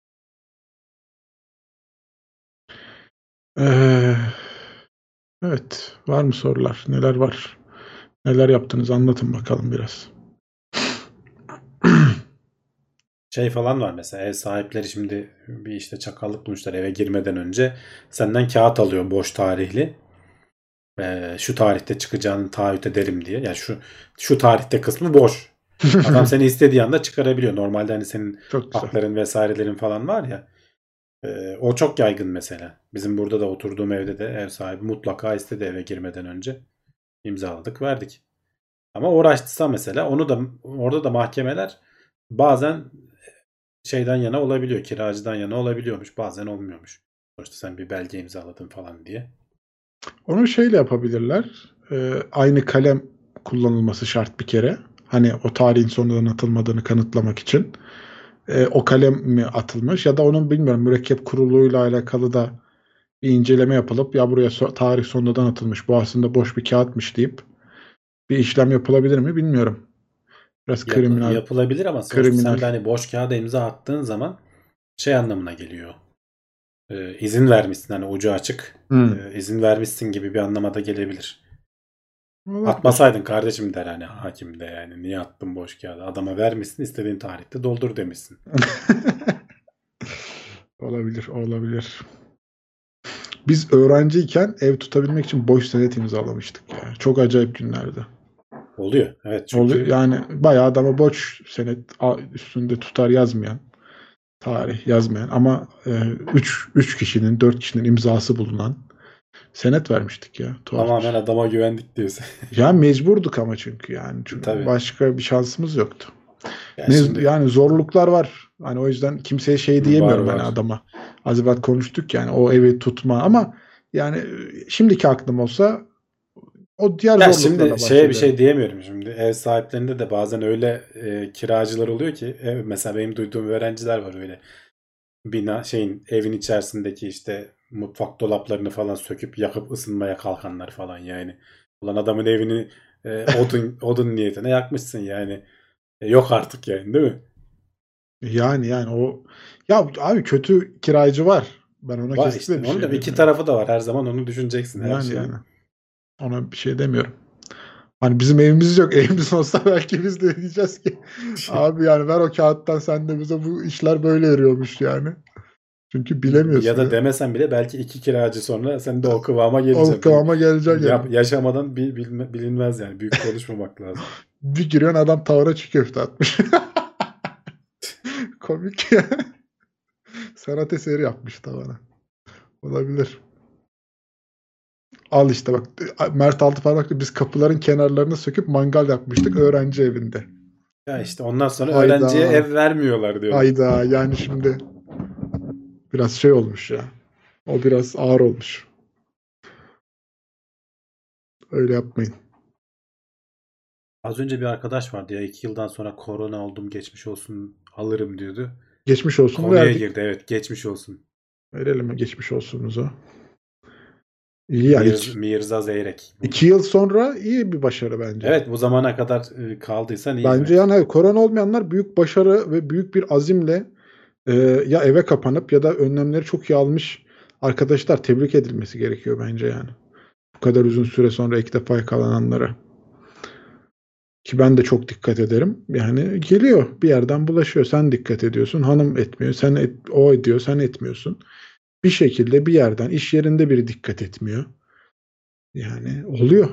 Ee, evet. Var mı sorular? Neler var? Neler yaptınız? Anlatın bakalım biraz. Şey falan var mesela, ev sahipleri şimdi bir işte çakallık bulmuşlar, eve girmeden önce senden kağıt alıyor boş tarihli. Ee, şu tarihte çıkacağını taahhüt ederim diye. Yani şu şu tarihte kısmı boş. Adam seni istediği anda çıkarabiliyor. Normalde hani senin Çok güzel. hakların vesairelerin falan var ya. e, o çok yaygın mesela. Bizim burada da oturduğum evde de ev sahibi mutlaka istedi eve girmeden önce. İmzaladık, verdik. Ama uğraştıysa mesela, onu da orada da mahkemeler bazen şeyden yana olabiliyor. Kiracıdan yana olabiliyormuş. Bazen olmuyormuş. Sonuçta sen bir belge imzaladın falan diye. Onu şeyle yapabilirler. Ee, aynı kalem kullanılması şart bir kere. Hani o tarihin sonradan atılmadığını kanıtlamak için. Ee, o kalem mi atılmış ya da onun bilmiyorum mürekkep kuruluğuyla alakalı da bir inceleme yapılıp ya buraya so- tarih sonradan atılmış, bu aslında boş bir kağıtmış deyip bir işlem yapılabilir mi bilmiyorum. Biraz Yapı- kriminal yapılabilir ama sonuçta kriminal. sen de hani boş kağıda imza attığın zaman şey anlamına geliyor. Ee, izin vermişsin, hani ucu açık. Hmm. Ee, izin vermişsin gibi bir anlama da gelebilir. Olabilir. Atmasaydın kardeşim der hani hakim de, yani niye attın boş kağıdı? Adama vermişsin, istediğin tarihte doldur demişsin. Olabilir, olabilir. Biz öğrenciyken ev tutabilmek için boş senet imzalamıştık ya. Çok acayip günlerdi. Oluyor. Evet, Oluyor. çünkü Yani bayağı adama boş senet a- üstünde tutar yazmayan, tarih yazmayan ama üç üç kişinin dört kişinin imzası bulunan senet vermiştik ya. Tuhaf bir tamamen şey. adama güvendik diyorsun. Ya mecburduk ama çünkü yani çünkü Tabii. başka bir şansımız yoktu. Ya Ne şimdi yani zorluklar var. Hani o yüzden kimseye şey var diyemiyorum hani var. adama. Az evvel konuştuk yani o evi tutma ama yani şimdiki aklım olsa o diğer Ya şimdi zorluklarla şeye bir bahsederim. şey diyemiyorum şimdi. Ev sahiplerinde de bazen öyle e, kiracılar oluyor ki, ev, mesela benim duyduğum öğrenciler var öyle. Bina şeyin evin içerisindeki işte mutfak dolaplarını falan söküp yakıp ısınmaya kalkanlar falan yani. Ulan adamın evini e, odun odun niyetine yakmışsın yani. E, yok artık yani, değil mi? Yani yani o ya abi kötü kiracı var. Ben ona Var kesinlikle işte. bir Onun da şey iki demiyorum. tarafı da var. Her zaman onu düşüneceksin her Yani yani şeyin. ona bir şey demiyorum. Hani bizim evimiz yok. Evimiz olsa belki biz de diyeceğiz ki abi yani ver o kağıttan sen de bize bu işler böyle yürüyormuş yani. Çünkü Ya bilemiyorsun da ya. demesen bile belki iki kiracı sonra sen de o kıvama O geleceksin. kıvama gelecek yani. Yap, yaşamadan bil- bilme- bilinmez yani. Büyük konuşmamak lazım. Bir giriyorsun adam tavara çiğ köfte atmış. Komik ya. Sanat eseri yapmış tavana. Olabilir. Al işte bak Mert Altıparmak'ta biz kapıların kenarlarını söküp mangal yapmıştık öğrenci evinde. Ya işte ondan sonra öğrenciye Hayda. ev vermiyorlar diyorum. Hayda yani şimdi biraz şey olmuş ya. O biraz ağır olmuş. Öyle yapmayın. Az önce bir arkadaş vardı ya, iki yıldan sonra korona oldum geçmiş olsun alırım diyordu. Geçmiş olsun Konuya verdik. girdi, evet, geçmiş olsun. Verelim mi geçmiş olsunuzu. İyi yani Mirz- iki, Mirza Zeyrek. Bu, iki yıl sonra iyi bir başarı bence. evet, bu zamana kadar e, kaldıysan iyi, Bence evet. yani hayır, korona olmayanlar büyük başarı ve büyük bir azimle e, ya eve kapanıp ya da önlemleri çok iyi almış arkadaşlar tebrik edilmesi gerekiyor bence yani. Bu kadar uzun süre sonra ilk defa yakalananlara. Ki ben de çok dikkat ederim. Yani geliyor bir yerden bulaşıyor. Sen dikkat ediyorsun. Hanım etmiyor. Sen et, o ediyor. Sen etmiyorsun. Bir şekilde bir yerden iş yerinde biri dikkat etmiyor. Yani oluyor.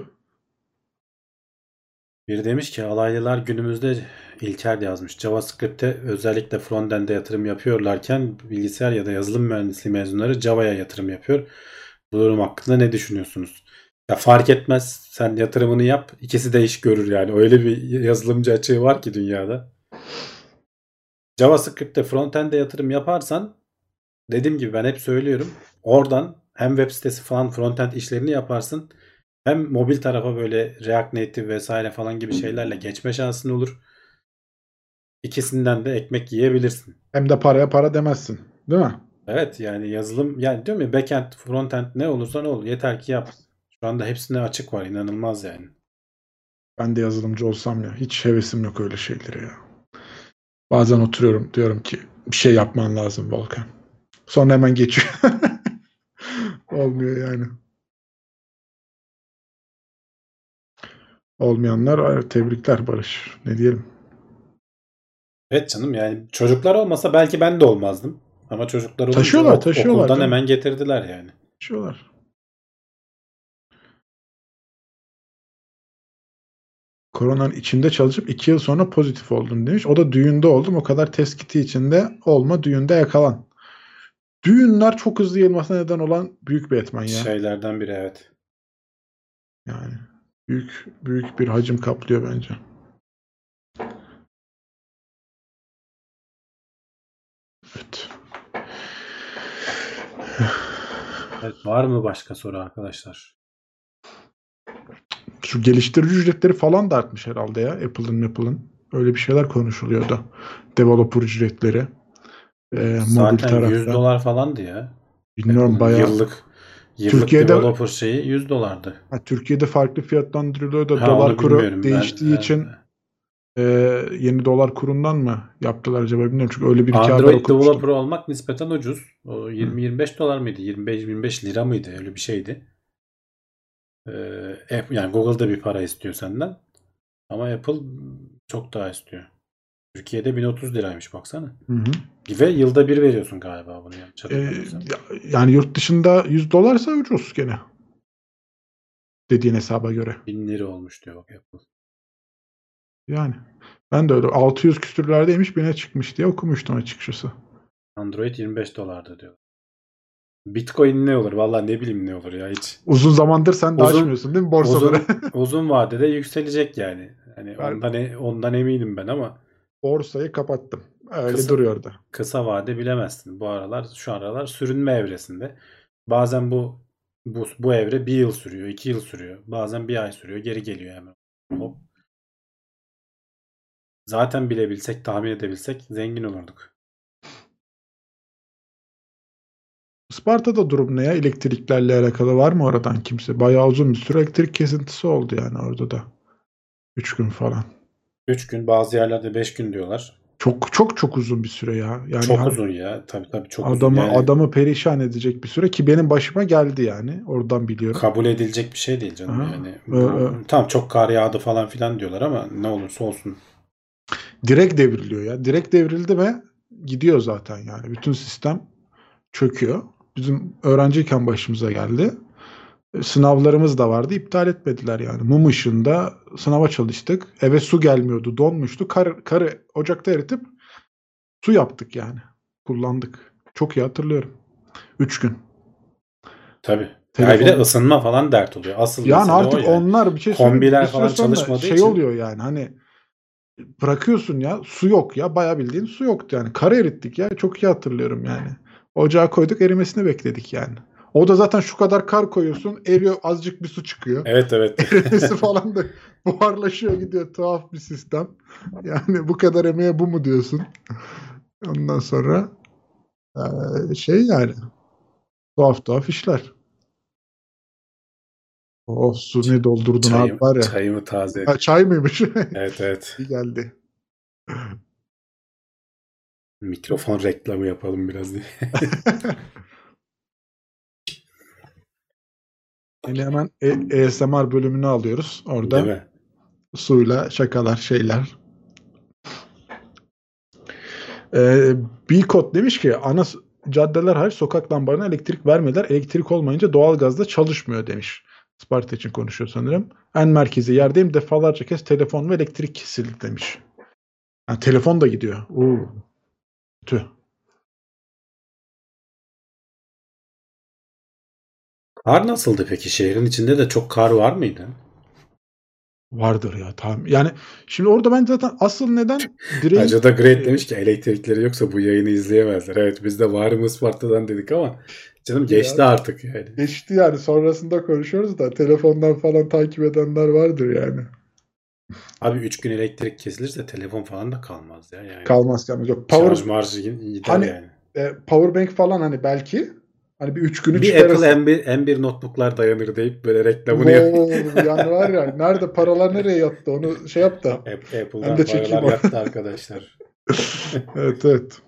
Biri demiş ki alaylılar günümüzde, İlker de yazmış, JavaScript'te özellikle frontend'e yatırım yapıyorlarken bilgisayar ya da yazılım mühendisliği mezunları Java'ya yatırım yapıyor. Bu durum hakkında ne düşünüyorsunuz? Ya fark etmez, sen yatırımını yap, ikisi de iş görür yani. Öyle bir yazılımcı açığı var ki dünyada. JavaScript'te frontend'e yatırım yaparsan, dediğim gibi ben hep söylüyorum, oradan hem web sitesi falan frontend işlerini yaparsın, hem mobil tarafa böyle React Native vesaire falan gibi şeylerle geçme şansın olur. İkisinden de ekmek yiyebilirsin. Hem de paraya para demezsin. Değil mi? Evet, yani yazılım, yani diyorum ya, backend, frontend ne olursa ne olur, yeter ki yap. Şu anda hepsine açık var, inanılmaz yani. Ben de yazılımcı olsam ya. Hiç hevesim yok öyle şeylere ya. Bazen oturuyorum diyorum ki bir şey yapman lazım Volkan. Sonra hemen geçiyor. Olmuyor yani. Olmayanlar tebrikler Barış. Ne diyelim. Evet canım, yani çocuklar olmasa belki ben de olmazdım. Ama çocuklar olunca Taşıyorlar, ok- taşıyorlar okuldan canım. hemen getirdiler yani. Taşıyorlar. Koronanın içinde çalışıp iki yıl sonra pozitif oldum demiş. O da düğünde oldum. O kadar test kiti içinde olma, düğünde yakalan. Düğünler çok hızlı yayılmasına neden olan büyük bir etmen ya. Şeylerden biri, evet. Yani büyük büyük bir hacim kaplıyor bence. Evet. Evet, var mı başka soru arkadaşlar? Şu geliştirici ücretleri falan da artmış herhalde ya. Apple'ın Apple'ın. Öyle bir şeyler konuşuluyordu. Developer ücretleri. E, mobil Zaten yüz tarafta. dolar falandı ya. Bilmiyorum, Apple'ın bayağı. yıllık yıllık Türkiye'de developer şeyi yüz dolardı. ha, Türkiye'de farklı fiyatlandırılıyor da Ha, dolar onu kuru bilmiyorum ben. değiştiği için e, yeni dolar kurundan mı yaptılar acaba, bilmiyorum. Çünkü öyle bir iki haber Android okumuştum. developer olmak nispeten ucuz. O yirmi yirmi beş dolar mıydı? yirmi beş yirmi beş lira mıydı? Öyle bir şeydi. Ee, yani Google'da bir para istiyor senden. Ama Apple çok daha istiyor. Türkiye'de bin otuz liraymış baksana. Hı hı. Ve yılda bir veriyorsun galiba bunu, yanlış E, hatırlamıyorsam. yani yurt dışında yüz dolarsa ucuz gene. Dediğin hesaba göre. bin lira olmuş diyor bak Apple. Yani ben de öyle altı yüz küsürlerdeymiş, bine çıkmış diye okumuştum açıkçası. Android yirmi beş dolardı diyor. Bitcoin ne olur? Vallahi ne bileyim ne olur ya hiç. Uzun zamandır sen de Uzun- açmıyorsun değil mi borsaları? Uzun, uzun vadede yükselecek yani. Hani Ben- ondan e- ondan eminim ben ama Borsayı kapattım. Öyle Kısa- duruyordu. kısa vade bilemezsin. Bu aralar şu aralar sürünme evresinde. Bazen bu bu bu evre bir yıl sürüyor, iki yıl sürüyor. Bazen bir ay sürüyor, geri geliyor hemen. Hop. Zaten bilebilsek, tahmin edebilsek zengin olurduk. Isparta'da durum ne ya? Elektriklerle alakalı var mı oradan kimse? Bayağı uzun bir süre elektrik kesintisi oldu yani orada da. Üç gün falan. üç gün, bazı yerlerde beş gün diyorlar. Çok çok çok uzun bir süre ya. Yani Çok ha- uzun ya. Tabii tabii çok adamı uzun. Yani adamı perişan edecek bir süre ki benim başıma geldi yani. Oradan biliyorum. kabul edilecek bir şey değil canım Aha. yani. Ee, Bu, e. tam çok kar yağdı falan filan diyorlar ama ne olursa olsun. Direkt devriliyor ya. Direkt devrildi mi gidiyor zaten yani. Bütün sistem çöküyor. Bizim öğrenciyken başımıza geldi. E, Sınavlarımız da vardı. İptal etmediler yani. Mum ışığında sınava çalıştık. Eve su gelmiyordu. Donmuştu. Kar, karı ocakta eritip su yaptık yani. Kullandık. Çok iyi hatırlıyorum. Üç gün. Tabii. Telefon... Yani bir de ısınma falan dert oluyor. Asıl Yani mesele artık o yani. onlar bir şey söyleyeyim. Kombiler Bir süre falan sonra çalışmadığı şey için. oluyor yani. Hani bırakıyorsun ya, su yok ya, bayağı bildiğin su yoktu yani. Kara erittik ya, çok iyi hatırlıyorum yani. Ocağa koyduk, erimesini bekledik yani. O da zaten şu kadar kar koyuyorsun, eriyor, azıcık bir su çıkıyor. Evet evet. Erimesi falan da buharlaşıyor gidiyor, tuhaf bir sistem. Yani bu kadar emeğe bu mu diyorsun? Ondan sonra eee, şey yani tuhaf tuhaf işler. Oh, su ne doldurdun abi Çayım, var ya. çayımı taze Ha, edeyim. çay mıymış? Evet evet. İyi geldi. Mikrofon reklamı yapalım biraz diye. Yine hemen E- ASMR bölümünü alıyoruz. Orada Değil mi? suyla şakalar, şeyler. Ee, Bilkot demiş ki ana s- caddeler hariç sokak lambalarına elektrik vermediler. Elektrik olmayınca doğalgaz da çalışmıyor demiş. Isparta için konuşuyor sanırım. En merkezi yerdeyim. Defalarca kez telefon ve elektrik kesildi demiş. Ha, telefon da gidiyor. Oo. Tüh. Kar nasıldı peki? Şehrin içinde de çok kar var mıydı? Vardır ya, tamam. Yani şimdi orada ben zaten asıl neden direğin Hacı da Great e, demiş ki elektrikleri yoksa bu yayını izleyemezler. Evet biz de var mı Isparta'dan dedik ama canım geçti Ya. artık yani. geçti yani, sonrasında konuşuyoruz da telefondan falan takip edenler vardır yani. Abi üç gün elektrik kesilirse telefon falan da kalmaz ya. Yani Kalmaz kalmaz. Yok. şarj Power, marjı gider hani yani. e, power bank falan hani belki hani bir üç günü Bir çıkarırsın. Apple M bir, M bir notebooklar dayanır deyip böyle reklamını yap. Wow, yani var ya, nerede paralar nereye yattı onu şey yap da. App- Ben Apple'dan de çekeyim paralar onu. yattı arkadaşlar. Evet evet.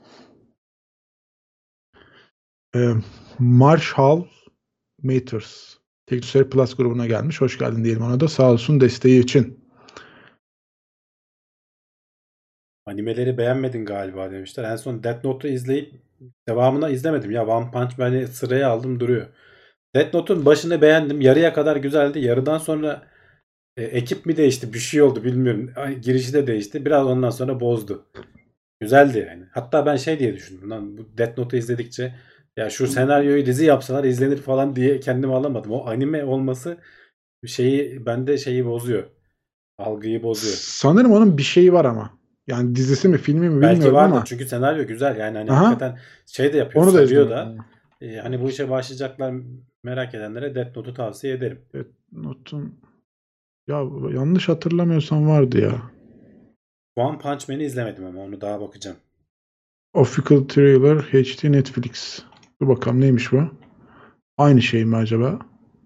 E, Marshall Matters Teknoseyir Plus grubuna gelmiş. Hoş geldin diyelim ona da. Sağ olsun desteği için. Animeleri beğenmedin galiba demişler. En son Death Note'u izleyip devamını izlemedim. Ya One Punch Man'i sıraya aldım duruyor. Death Note'un başını beğendim. Yarıya kadar güzeldi. Yarıdan sonra e, ekip mi değişti? Bir şey oldu bilmiyorum. Ay, girişi de değişti. Biraz ondan sonra bozdu. Güzeldi yani. Hatta ben şey diye düşündüm. Lan bu Death Note'u izledikçe ya şu senaryoyu dizi yapsalar izlenir falan diye kendimi alamadım. O anime olması şeyi bende şeyi bozuyor. Algıyı bozuyor. Sanırım onun bir şeyi var ama. Yani dizisi mi filmi mi Belki bilmiyorum vardır ama. çünkü senaryo güzel yani hani Aha, hakikaten şey de yapıyor, onu da sarıyor izlemedim. da. Ee, hani bu işe başlayacaklar merak edenlere Death Note'u tavsiye ederim. Evet, Note'un ya yanlış hatırlamıyorsam vardı ya. One Punch Man'i izlemedim ama onu daha bakacağım. Official Trailer H D Netflix. Dur bakalım neymiş bu? Aynı şey mi acaba?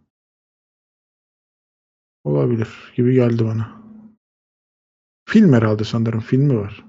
Olabilir gibi geldi bana. Film herhalde sanırım. Filmi var.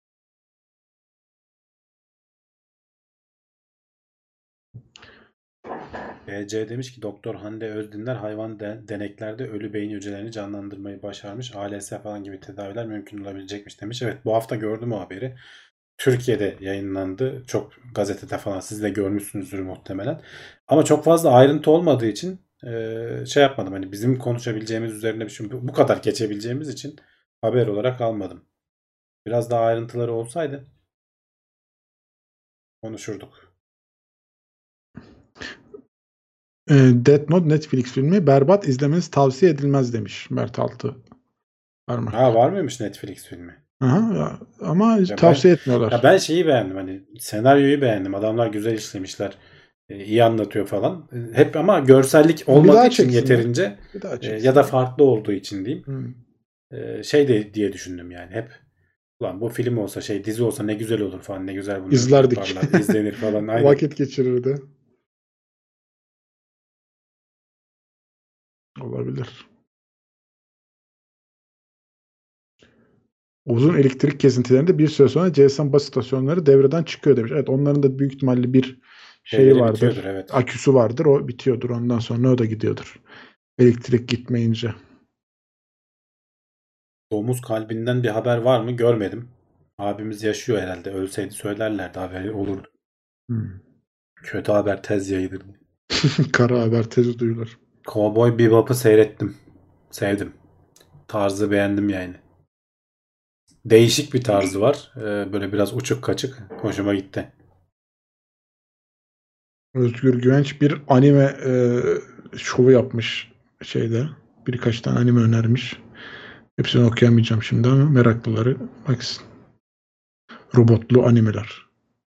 B C demiş ki Doktor Hande Özdinler hayvan de- deneklerde ölü beyin hücrelerini canlandırmayı başarmış. A L S falan gibi tedaviler mümkün olabilecekmiş demiş. Evet bu hafta gördüm o haberi. Türkiye'de yayınlandı. Çok gazetede falan siz de görmüşsünüzdür muhtemelen. Ama çok fazla ayrıntı olmadığı için e, şey yapmadım. Hani bizim konuşabileceğimiz üzerine bir şey bu kadar geçebileceğimiz için haber olarak almadım. Biraz daha ayrıntıları olsaydı konuşurduk. E, Death Note Netflix filmi berbat, izlemeniz tavsiye edilmez demiş Mert Altı Ha Parmak. var mıymış Netflix filmi? Aha, ya, ama Ya ben tavsiye ya etmiyorlar. ben şeyi beğendim hani senaryoyu beğendim. Adamlar güzel işlemişler. E, iyi anlatıyor falan. E, hep ama görsellik Bir olmadığı daha için çeksinler. yeterince Bir daha e, ya da çeksinler. farklı olduğu için diyeyim. Hmm. E, şey de diye düşündüm yani hep. Ulan bu film olsa şey dizi olsa ne güzel olur falan ne güzel bunu İzlerdik. yaparlar izlenir falan aynen. Vakit geçirirdi. Olabilir. Uzun elektrik kesintilerinde bir süre sonra G S M baz istasyonları devreden çıkıyor demiş. Evet, onların da büyük ihtimalle bir şeyi Şeyleri bitiyordur vardır. evet. Aküsü vardır. O bitiyordur. Ondan sonra o da gidiyordur. Elektrik gitmeyince. Domuz kalbinden bir haber var mı görmedim. Abimiz yaşıyor herhalde. Ölseydi söylerlerdi haberi olurdu. Hmm. Kötü haber tez yayılır. Kara haber tezi duyulur. Cowboy Bebop'u seyrettim. Sevdim. Tarzı beğendim yani. Değişik bir tarzı var. Ee, böyle biraz uçuk kaçık. Hoşuma gitti. Özgür Güvenç bir anime e, şovu yapmış şeyde. Birkaç tane anime önermiş. Hepsini okuyamayacağım şimdi ama meraklıları baksın. Robotlu animeler.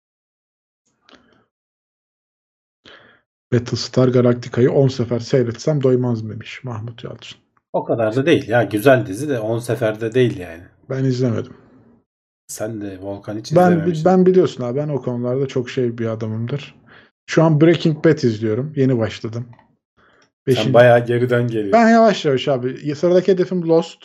Battlestar Galactica'yı on sefer seyretsem doymaz demiş Mahmut Yalçın. O kadar da değil ya. Güzel dizi de on seferde değil yani. Ben izlemedim. Sen de Volkan hiç Ben izlememişsin. ben biliyorsun abi, ben o konularda çok şey bir adamımdır. Şu an Breaking Bad izliyorum. Yeni başladım. Sen Beşinci. bayağı geriden geliyorsun. Ben yavaş yavaş abi. Sıradaki hedefim Lost.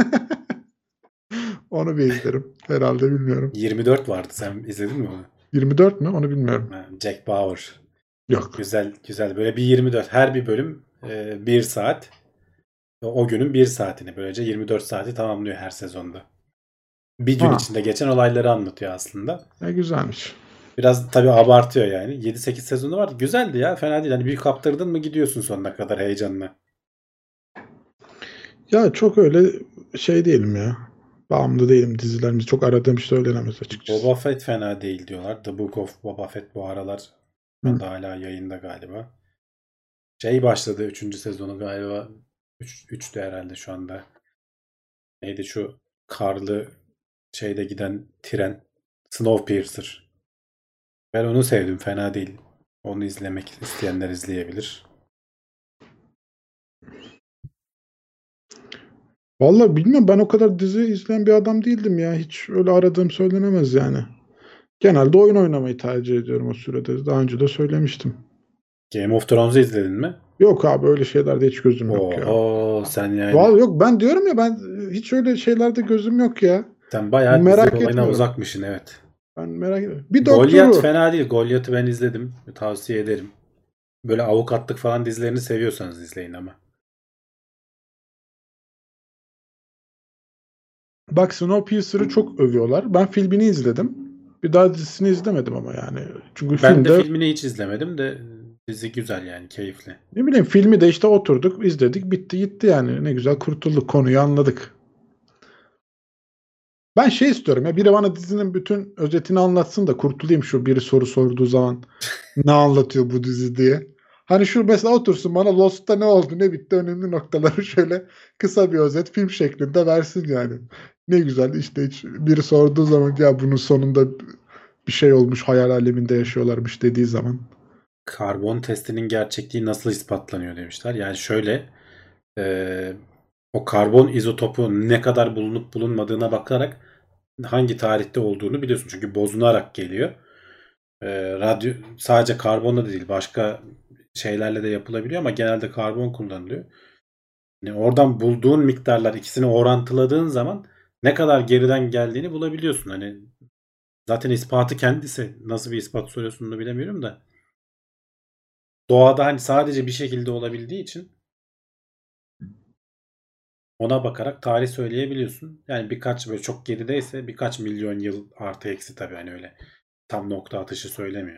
Onu bir izlerim. Herhalde bilmiyorum. yirmi dört vardı. Sen izledin mi onu? yirmi dört mü? Onu bilmiyorum. Ha, Jack Bauer. Yok. Güzel güzel. Böyle bir yirmi dört. Her bir bölüm e, bir saat. O günün bir saatini. Böylece yirmi dört saati tamamlıyor her sezonda. Bir gün Ha, içinde geçen olayları anlatıyor aslında. ne güzelmiş. Biraz tabii abartıyor yani. yedi sekiz sezonu var. Güzeldi ya. Fena değil. Hani bir kaptırdın mı gidiyorsun sonuna kadar heyecanla. Ya çok öyle şey değilim ya. Bağımlı değilim dizilerimiz. Çok aradığım söylenemez açıkçası. Boba Fett fena değil diyorlar. The Book of Boba Fett bu aralar Hı. da hala yayında galiba. Şey başladı üçüncü sezonu galiba. üç üçte herhalde şu anda. Neydi şu karlı şeyde giden tren. Snowpiercer. Ben onu sevdim. Fena değil. Onu izlemek isteyenler izleyebilir. Vallahi bilmiyorum, ben o kadar dizi izleyen bir adam değildim ya. Hiç öyle aradığım söylenemez yani. Genelde oyun oynamayı tercih ediyorum o sürede. Daha önce de söylemiştim. Game of Thrones'u izledin mi? Yok abi, öyle şeylerde hiç gözüm yok ya. Oho sen yani. Vallahi yok, ben diyorum ya, ben hiç öyle şeylerde gözüm yok ya. Sen bayağı dizi Merak olayına etmiyorum. uzakmışsın evet. Ben merak etmiyorum. Bir Goliath doktoru. fena değil. Goliath'ı ben izledim. Tavsiye ederim. Böyle avukatlık falan dizilerini seviyorsanız izleyin ama. Bak Snowpiercer'ı çok övüyorlar. Ben filmini izledim. Bir daha dizisini izlemedim ama yani. Çünkü Ben filmde de filmini hiç izlemedim de dizi güzel yani keyifli. ne bileyim filmi de işte oturduk, izledik, bitti gitti yani. Ne güzel kurtulduk, konuyu anladık. Ben şey istiyorum ya, biri bana dizinin bütün özetini anlatsın da kurtulayım şu biri soru sorduğu zaman ne anlatıyor bu dizi diye. Hani şu mesela otursun bana Lost'ta ne oldu ne bitti önemli noktaları şöyle kısa bir özet film şeklinde versin yani. Ne güzel işte hiç biri sorduğu zaman ya bunun sonunda bir şey olmuş hayal aleminde yaşıyorlarmış dediği zaman. Karbon testinin gerçekliği nasıl ispatlanıyor demişler. Yani şöyle e, o karbon izotopu ne kadar bulunup bulunmadığına bakarak hangi tarihte olduğunu biliyorsun. Çünkü bozunarak geliyor. E, radyo sadece karbonla da değil başka şeylerle de yapılabiliyor ama genelde karbon kullanılıyor. Yani oradan bulduğun miktarlar ikisini orantıladığın zaman ne kadar geriden geldiğini bulabiliyorsun. Hani zaten ispatı kendisi. Nasıl bir ispat soruyorsun da bilemiyorum da. Doğada hani sadece bir şekilde olabildiği için ona bakarak tarih söyleyebiliyorsun. Yani birkaç böyle çok gerideyse birkaç milyon yıl artı eksi tabii hani öyle tam nokta atışı söylemiyor.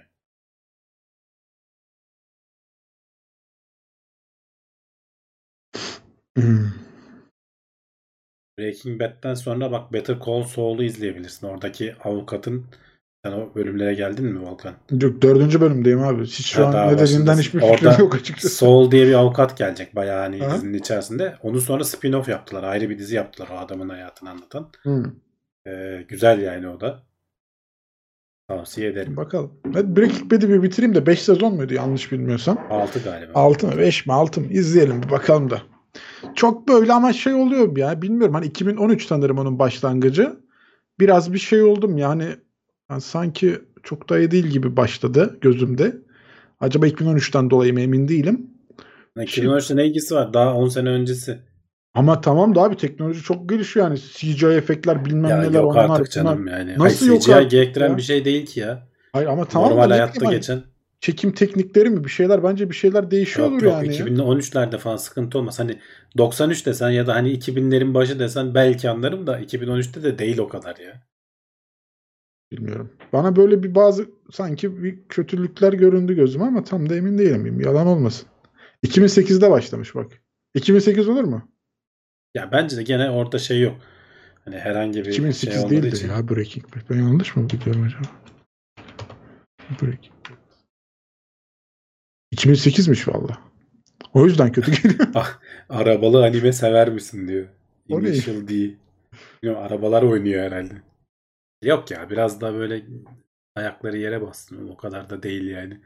Hmm. Breaking Bad'den sonra bak Better Call Saul'u izleyebilirsin. Oradaki avukatın sen o bölümlere geldin mi Volkan? Yok, dördüncü bölümdeyim abi. Hiç şu Ha, an daha ne dediğinden başındasın. hiçbir fikrim Orada yok açıkçası. Saul diye bir avukat gelecek bayağı hani Ha? dizinin içerisinde. Onun sonra spin-off yaptılar. Ayrı bir dizi yaptılar o adamın hayatını anlatan. Hmm. Ee, güzel yani o da. Tavsiye ederim. Bakalım. Hadi Breaking Bad'i bir bitireyim de beş sezon muydu yanlış bilmiyorsam? altı galiba. altı mı beş mi altı mı izleyelim bir bakalım da. Çok böyle ama şey oluyor ya bilmiyorum hani iki bin on üç sanırım onun başlangıcı. Biraz bir şey oldum yani, yani sanki çok da iyi değil gibi başladı gözümde. Acaba iki bin on üçten dolayı mı emin değilim. iki bin on üçte ne ilgisi var? Daha on sene öncesi. Ama tamam da abi teknoloji çok gelişiyor yani C G I efektler bilmem Ya neler yok onlar artık bunlar. canım yani. Nasıl Hayır, yok C G I artık gerektiren ya? bir şey değil ki ya. Hayır ama tamam da Normal ne hayatta bileyim hani geçen. çekim teknikleri mi bir şeyler bence bir şeyler değişiyordur Yok yok yani ya. iki bin on üçlerde falan sıkıntı olmaz. Hani doksan üç desen ya da hani iki binlerin başı desen belki anlarım da iki bin on üçte de değil o kadar ya. Bilmiyorum. Bana böyle bir bazı sanki bir kötülükler göründü gözüme ama tam da emin değilim. Yalan olmasın. iki bin sekizde başlamış bak. iki bin sekiz olur mu? Ya bence de gene orada şey yok. Hani herhangi bir şey iki bin sekiz olmadığı değildir için. ya Breaking Bad. Ben yanlış mı biliyorum acaba? Breaking Bad. iki bin sekizmiş valla. O yüzden kötü geliyor. Ah, arabalı anime sever misin diyor. O ne? Initial D. Bilmiyorum, arabalar oynuyor herhalde. Yok ya biraz da böyle ayakları yere bastın. O kadar da değil yani.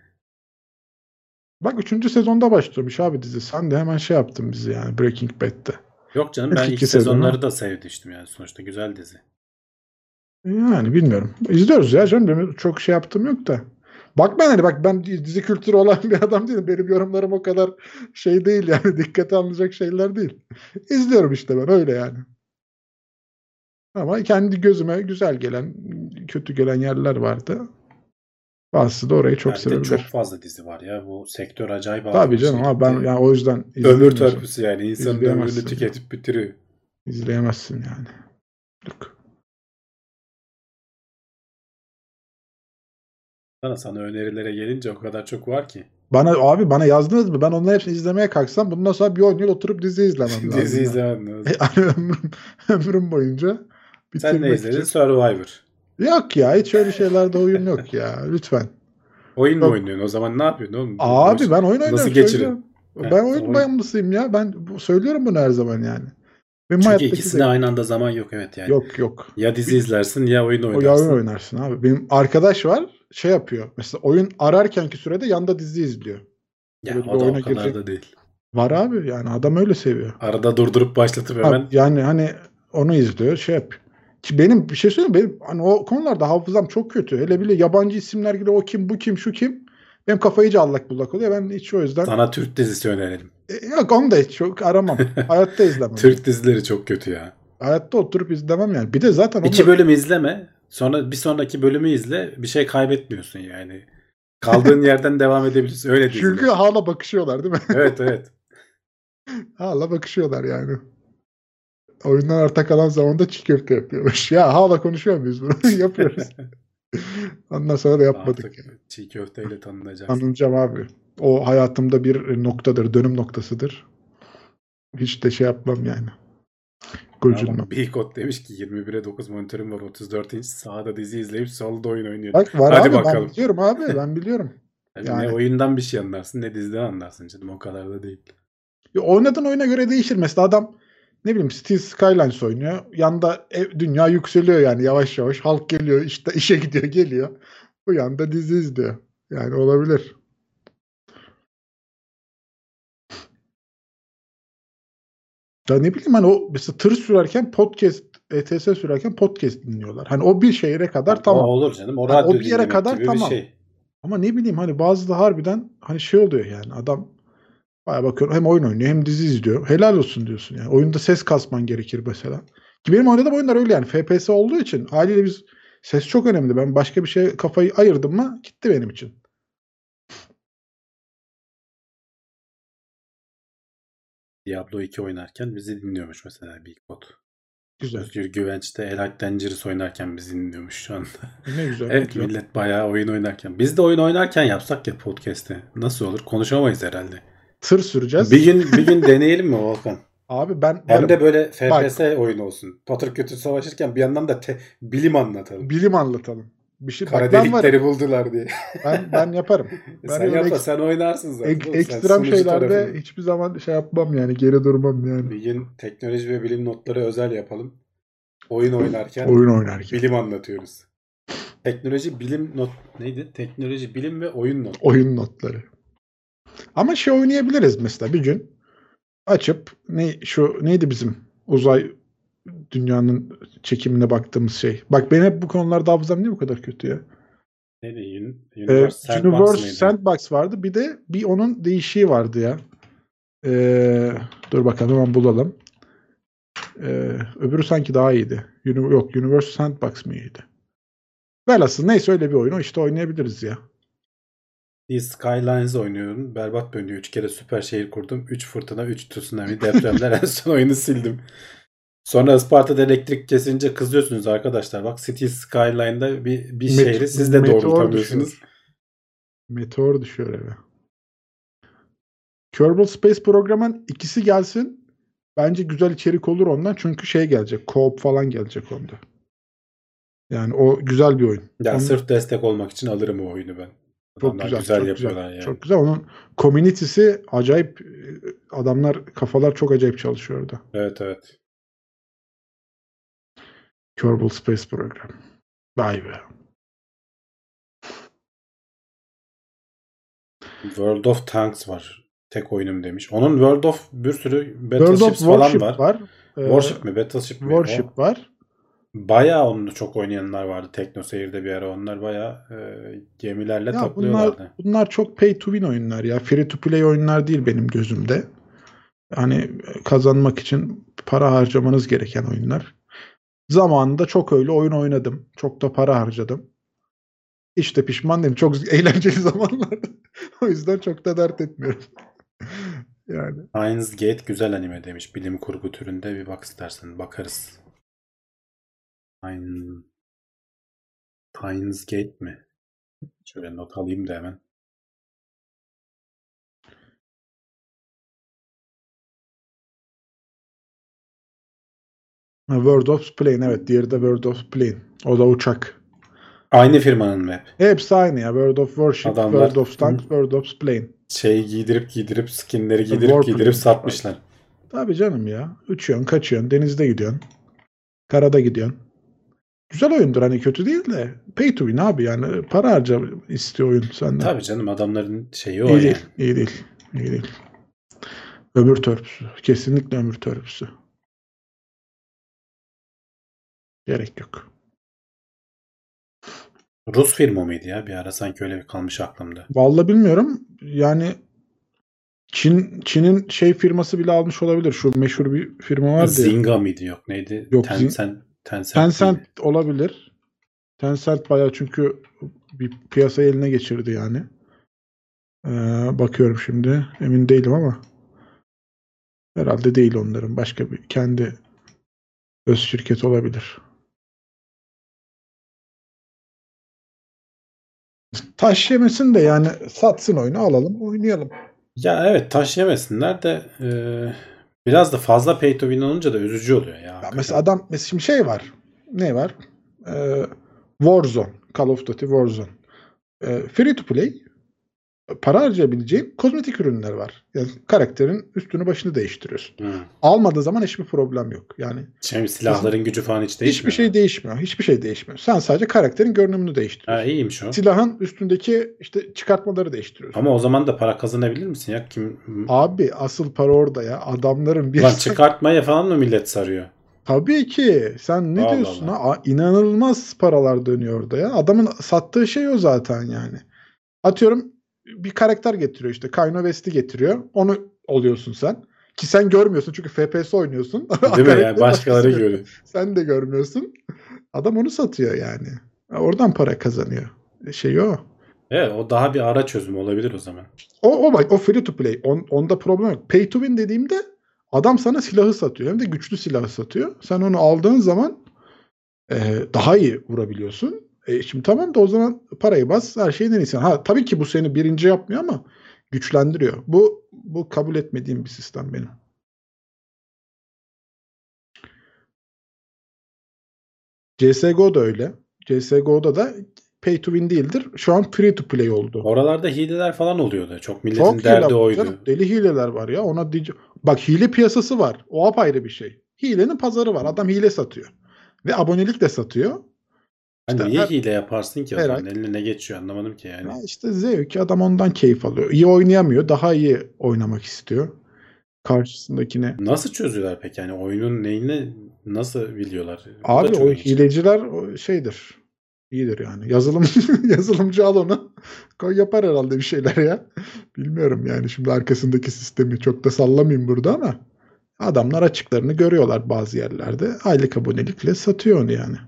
Bak üçüncü sezonda başlamış abi dizi. Sen de hemen şey yaptın bizi yani Breaking Bad'de. Yok canım İlk ben ilk iki sezonları sezonu. da sevmiştim yani sonuçta güzel dizi. Yani bilmiyorum. İzliyoruz ya canım. Benim çok şey yaptığım yok da. Bak ben hani bak ben dizi kültürü olan bir adam değilim. Benim yorumlarım o kadar şey değil yani. Dikkate alınacak şeyler değil. İzliyorum işte ben öyle yani. Ama kendi gözüme güzel gelen, kötü gelen yerler vardı. Bazısı da orayı çok Yani bir de çok sevebilir. fazla dizi var ya. Bu sektör acayip Tabii ağzına canım şey ama ben gitti. yani o yüzden Ömür izleyemiyorsun. törpüsü yani. İnsanın ömrünü İzleyemezsin. tüketip bitiriyor. İzleyemezsin yani. Yok. Sana, sana önerilere gelince o kadar çok var ki. Bana abi bana yazdınız mı? Ben onların hepsini izlemeye kalksam bundan sonra bir on yıl oturup dizi izlemem lazım. Dizi ben. izlemem E, lazım. yani ömrüm, ömrüm boyunca Sen ne bitirmek izledin? için. Survivor. Yok ya hiç öyle şeylerde oyun yok ya. Lütfen. Oyun mu Yok. oynuyorsun? O zaman ne yapıyorsun oğlum? Abi Boş- ben oyun Nasıl oynuyorum geçiriyorsun? söylüyorum. Heh, Ben oyun oyun. bağımlısıyım ya. Ben bu- söylüyorum bunu her zaman yani. Benim Çünkü hayattaki ikisine de aynı anda zaman yok evet yani. yok yok. Ya dizi Bir, izlersin ya oyun o ya oyun oynarsın. oynarsın abi. Benim arkadaş var şey yapıyor. Mesela oyun ararkenki sürede yanda dizi izliyor. Ya Böyle bir o da o oyuna kadar girecek. da değil. Var abi yani adam öyle seviyor. Arada durdurup başlatıp Ha, hemen yani hani onu izliyor şey yap. Ki benim bir şey söyleyeyim benim hani o konularda hafızam çok kötü. Hele bile yabancı isimler gibi o kim bu kim şu kim. Benim kafa iyice allak bullak oluyor. Ben hiç o yüzden sana Türk dizisi önerelim. E, yok onu da hiç çok aramam. Hayatta izlemem. Türk dizileri çok kötü ya. Hayatta oturup izlemem yani. Bir de zaten İki onlar bölüm izleme. Sonra bir sonraki bölümü izle. Bir şey kaybetmiyorsun yani. Kaldığın yerden devam edebilirsin. Öyle diziler. çünkü hala bakışıyorlar değil mi? Evet evet. Hala bakışıyorlar yani. oyundan arta kalan zamanda çiğ köfte yapıyormuş. Ya hala konuşuyor muyuz bunu? Yapıyoruz. Ondan sonra da yapmadık. Artık çiğ köfteyle tanınacaksın. Anlayacağım abi. O hayatımda bir noktadır, dönüm noktasıdır. Hiç de şey yapmam yani. Gocunmam. Bikot demiş ki yirmi bire dokuz monitörüm var, otuz dört inç, sağda dizi izleyip solda oyun oynuyor. Bak var Hadi abi, bakalım. ben biliyorum abi, ben biliyorum. Yani Yani- Ne oyundan bir şey anlarsın ne diziden anlarsın canım, o kadar da değil. Ya oynadığın oyuna göre değişir. Mesela adam ne bileyim Cities Skylines oynuyor. Yanda ev- dünya yükseliyor yani yavaş yavaş. Halk geliyor, işte işe gidiyor, geliyor. Bu yanda dizi izliyor. Yani olabilir. Ya ne bileyim hani o mesela tır sürerken podcast, E T S sürerken podcast dinliyorlar. Hani o bir şehre kadar tamam. O olur canım, o Ha, radyo o bir yere dinlemek kadar gibi tamam. bir şey. Ama ne bileyim hani bazı da harbiden hani şey oluyor yani adam baya bakıyorum hem oyun oynuyor hem dizi izliyor. Helal olsun diyorsun yani. Oyunda ses kasman gerekir mesela. Ki benim oynadığım oyunlar öyle yani. F P S olduğu için haliyle biz ses çok önemli. Ben başka bir şeye kafayı ayırdım mı gitti benim için. Diablo iki oynarken bizi dinliyormuş mesela Bikot. Güzel. Özgür Güvenç de Elite Dangerous oynarken bizi dinliyormuş şu anda. Ne güzel. Evet, güzel. millet bayağı oyun oynarken. Biz de oyun oynarken yapsak ya podcast'i. Nasıl olur? Konuşamayız herhalde. Tır süreceğiz. Bir gün bir gün deneyelim mi Volkan? Abi ben Hem varım. de böyle F P S oyunu olsun. Patır kütür savaşırken bir yandan da te- bilim anlatalım. Bilim anlatalım. Bir şey Kara bak ben varım. delikleri buldular diye. Ben ben yaparım. Ben sen öyle yapma, ek- sen oynarsın zaten. ek- oğlum. Sen ekstrem sunucu şeylerde tarafını. hiçbir zaman şey yapmam yani geri durmam yani. Bir gün teknoloji ve bilim notları özel yapalım. Oyun oynarken Oyun oynarken. bilim anlatıyoruz. Teknoloji bilim not neydi? Teknoloji bilim ve oyun not. Oyun notları. Ama şey oynayabiliriz mesela bir gün açıp ne şu neydi bizim uzay dünyanın çekimine baktığımız şey. Bak benim hep bu konularda hafızam niye bu kadar kötü ya? Neydi? Un- Ee, Universe Sandbox Universe mıydı? Sandbox vardı. Bir de bir onun değişiği vardı ya. Ee, dur bakalım hemen bulalım. Ee, öbürü sanki daha iyiydi. Uni- yok Universe Sandbox mıydı? Velhasıl neyse öyle bir oyun. O işte oynayabiliriz ya. Bir Skylines oynuyorum. Berbat bir oyun. Üç kere süper şehir kurdum. Üç fırtına, üç tsunami, depremler. En son oyunu sildim. Sonra Isparta'da elektrik kesince kızıyorsunuz arkadaşlar. Bak City Skyline'da bir, bir Met- şehri siz de meteor doğrultamıyorsunuz. düşüyor. Meteor düşüyor eve. Kerbal Space Program'ın ikisi gelsin. Bence güzel içerik olur ondan. Çünkü şey gelecek. Co-op falan gelecek onda. Yani o güzel bir oyun. Ya Onun- sırf destek olmak için alırım o oyunu ben. Çok Adamlar güzel, güzel çok yapıyorlar güzel. yani. Çok güzel. Onun community'si acayip. Adamlar kafalar çok acayip çalışıyor orada. Evet evet. Kerbal Space Program. Vay be. World of Tanks var. Tek oyunum demiş. Onun World of bir sürü World of Battleships falan Warship var. var. Ee, Warship mi? Battleship mi? Warship O, var. bayağı onu çok oynayanlar vardı. Tekno Seyir'de bir ara. Onlar bayağı e, gemilerle Ya bunlar taklıyorlardı. bunlar çok pay to win oyunlar ya. Free to play oyunlar değil benim gözümde. Hani kazanmak için para harcamanız gereken oyunlar. Zamanında çok öyle oyun oynadım. Çok da para harcadım. Hiç de pişman değilim. Çok eğlenceli zamanlardı. O yüzden çok da dert etmiyorum. Yani. Steins Gate güzel anime demiş. Bilim kurgu türünde bir bak istersen. Bakarız. Stein... Steins Gate mi? Şöyle not alayım da hemen. World of Plane evet. Diğeri de World of Plane. O da uçak. Aynı firmanın mı hep? Hepsi aynı ya. World of Warship, Adamlar- World of Tanks, World of Plane. Şey giydirip giydirip skinleri giydirip Warplane. giydirip satmışlar. Tabii canım ya. Uçuyorsun, kaçıyorsun, denizde gidiyorsun. Karada gidiyorsun. Güzel oyundur hani kötü değil de. Pay to win abi yani. Para harca istiyor oyun senden. Tabii canım, adamların şeyi o İyi yani. değil, iyi değil, iyi değil. Ömür törpüsü. Kesinlikle ömür törpüsü. Gerek yok. Rus firma mıydı ya? Bir ara sanki öyle bir kalmış aklımda. Vallahi bilmiyorum. Yani Çin Çin'in şey firması bile almış olabilir. Şu meşhur bir firma vardı ya. Zynga mıydı? Yok neydi? Yok, Tencent. Tencent, Tencent miydi? olabilir. Tencent bayağı çünkü bir piyasayı eline geçirdi yani. Ee, bakıyorum şimdi. Emin değilim ama herhalde değil onların. Başka bir kendi Öz şirket olabilir. Taş yemesin de yani satsın oyunu alalım oynayalım. Ya evet taş yemesinler de e, biraz da fazla pay to win olunca da üzücü oluyor ya. Ya hakikaten. mesela adam mesela şimdi şey var. Ne var? Ee, Warzone. Call of Duty Warzone. Ee, free to play. Para harcayabileceğin kozmetik ürünler var. Yani karakterin üstünü başını değiştiriyorsun. Hı. Almadığı zaman hiçbir problem yok. Yani Şey, silahların gücü falan hiç hiçbir değişmiyor. şey mu? değişmiyor. Hiçbir şey değişmiyor. Sen sadece karakterin görünümünü Ha, değiştiriyorsun. iyiymiş o. Silahın üstündeki işte çıkartmaları değiştiriyorsun. Ama o zaman da para kazanabilir misin ya? Kim? Abi asıl para orada ya. Adamların bir Lan çıkartmaya falan mı millet sarıyor? Tabii ki. Sen ne Allah diyorsun Allah. ha? Aa, İnanılmaz paralar dönüyor orada ya. Adamın sattığı şey o zaten yani. Atıyorum bir karakter getiriyor işte. Kayno West'i getiriyor. Onu oluyorsun sen. Ki sen görmüyorsun çünkü F P S oynuyorsun. Değil mi? Karakteri Yani başkaları başkası görüyor. Sen de görmüyorsun. Adam onu satıyor yani. Oradan para kazanıyor. Şey o. Evet o daha bir ara çözüm olabilir o zaman. O, o bak o free to play. On, onda problem yok. Pay to win dediğimde adam sana silahı satıyor. Hem de güçlü silahı satıyor. Sen onu aldığın zaman e, daha iyi vurabiliyorsun. E, şimdi tamam da o zaman parayı bas her şeyin en iyisi. Ha, tabii ki bu seni birinci yapmıyor ama güçlendiriyor. Bu bu kabul etmediğim bir sistem benim. C S G O da öyle. C S G O'da da pay to win değildir. Şu an free to play oldu. Oralarda hileler falan oluyordu. Çok milletin Çok hile derdi var oydu. canım. Deli hileler var ya. Ona diye... Bak hile piyasası var. O apayrı bir şey. Hilenin pazarı var. Adam hile satıyor. Ve abonelik de satıyor. Hani İşte niye her, hile yaparsın ki o her zaman? ay. Eline ne geçiyor anlamadım ki yani. Ya işte zevki adam ondan keyif alıyor. İyi oynayamıyor. Daha iyi oynamak istiyor. Karşısındakine. Nasıl çözüyorlar peki? Yani oyunun neyini nasıl biliyorlar? Bu da Abi çok o ilginç. hileciler o şeydir. İyidir yani. Yazılım yazılımcı al onu. Koy yapar herhalde bir şeyler ya. Bilmiyorum yani şimdi arkasındaki sistemi çok da sallamayayım burada ama adamlar açıklarını görüyorlar bazı yerlerde. Aylık abonelikle satıyor onu yani.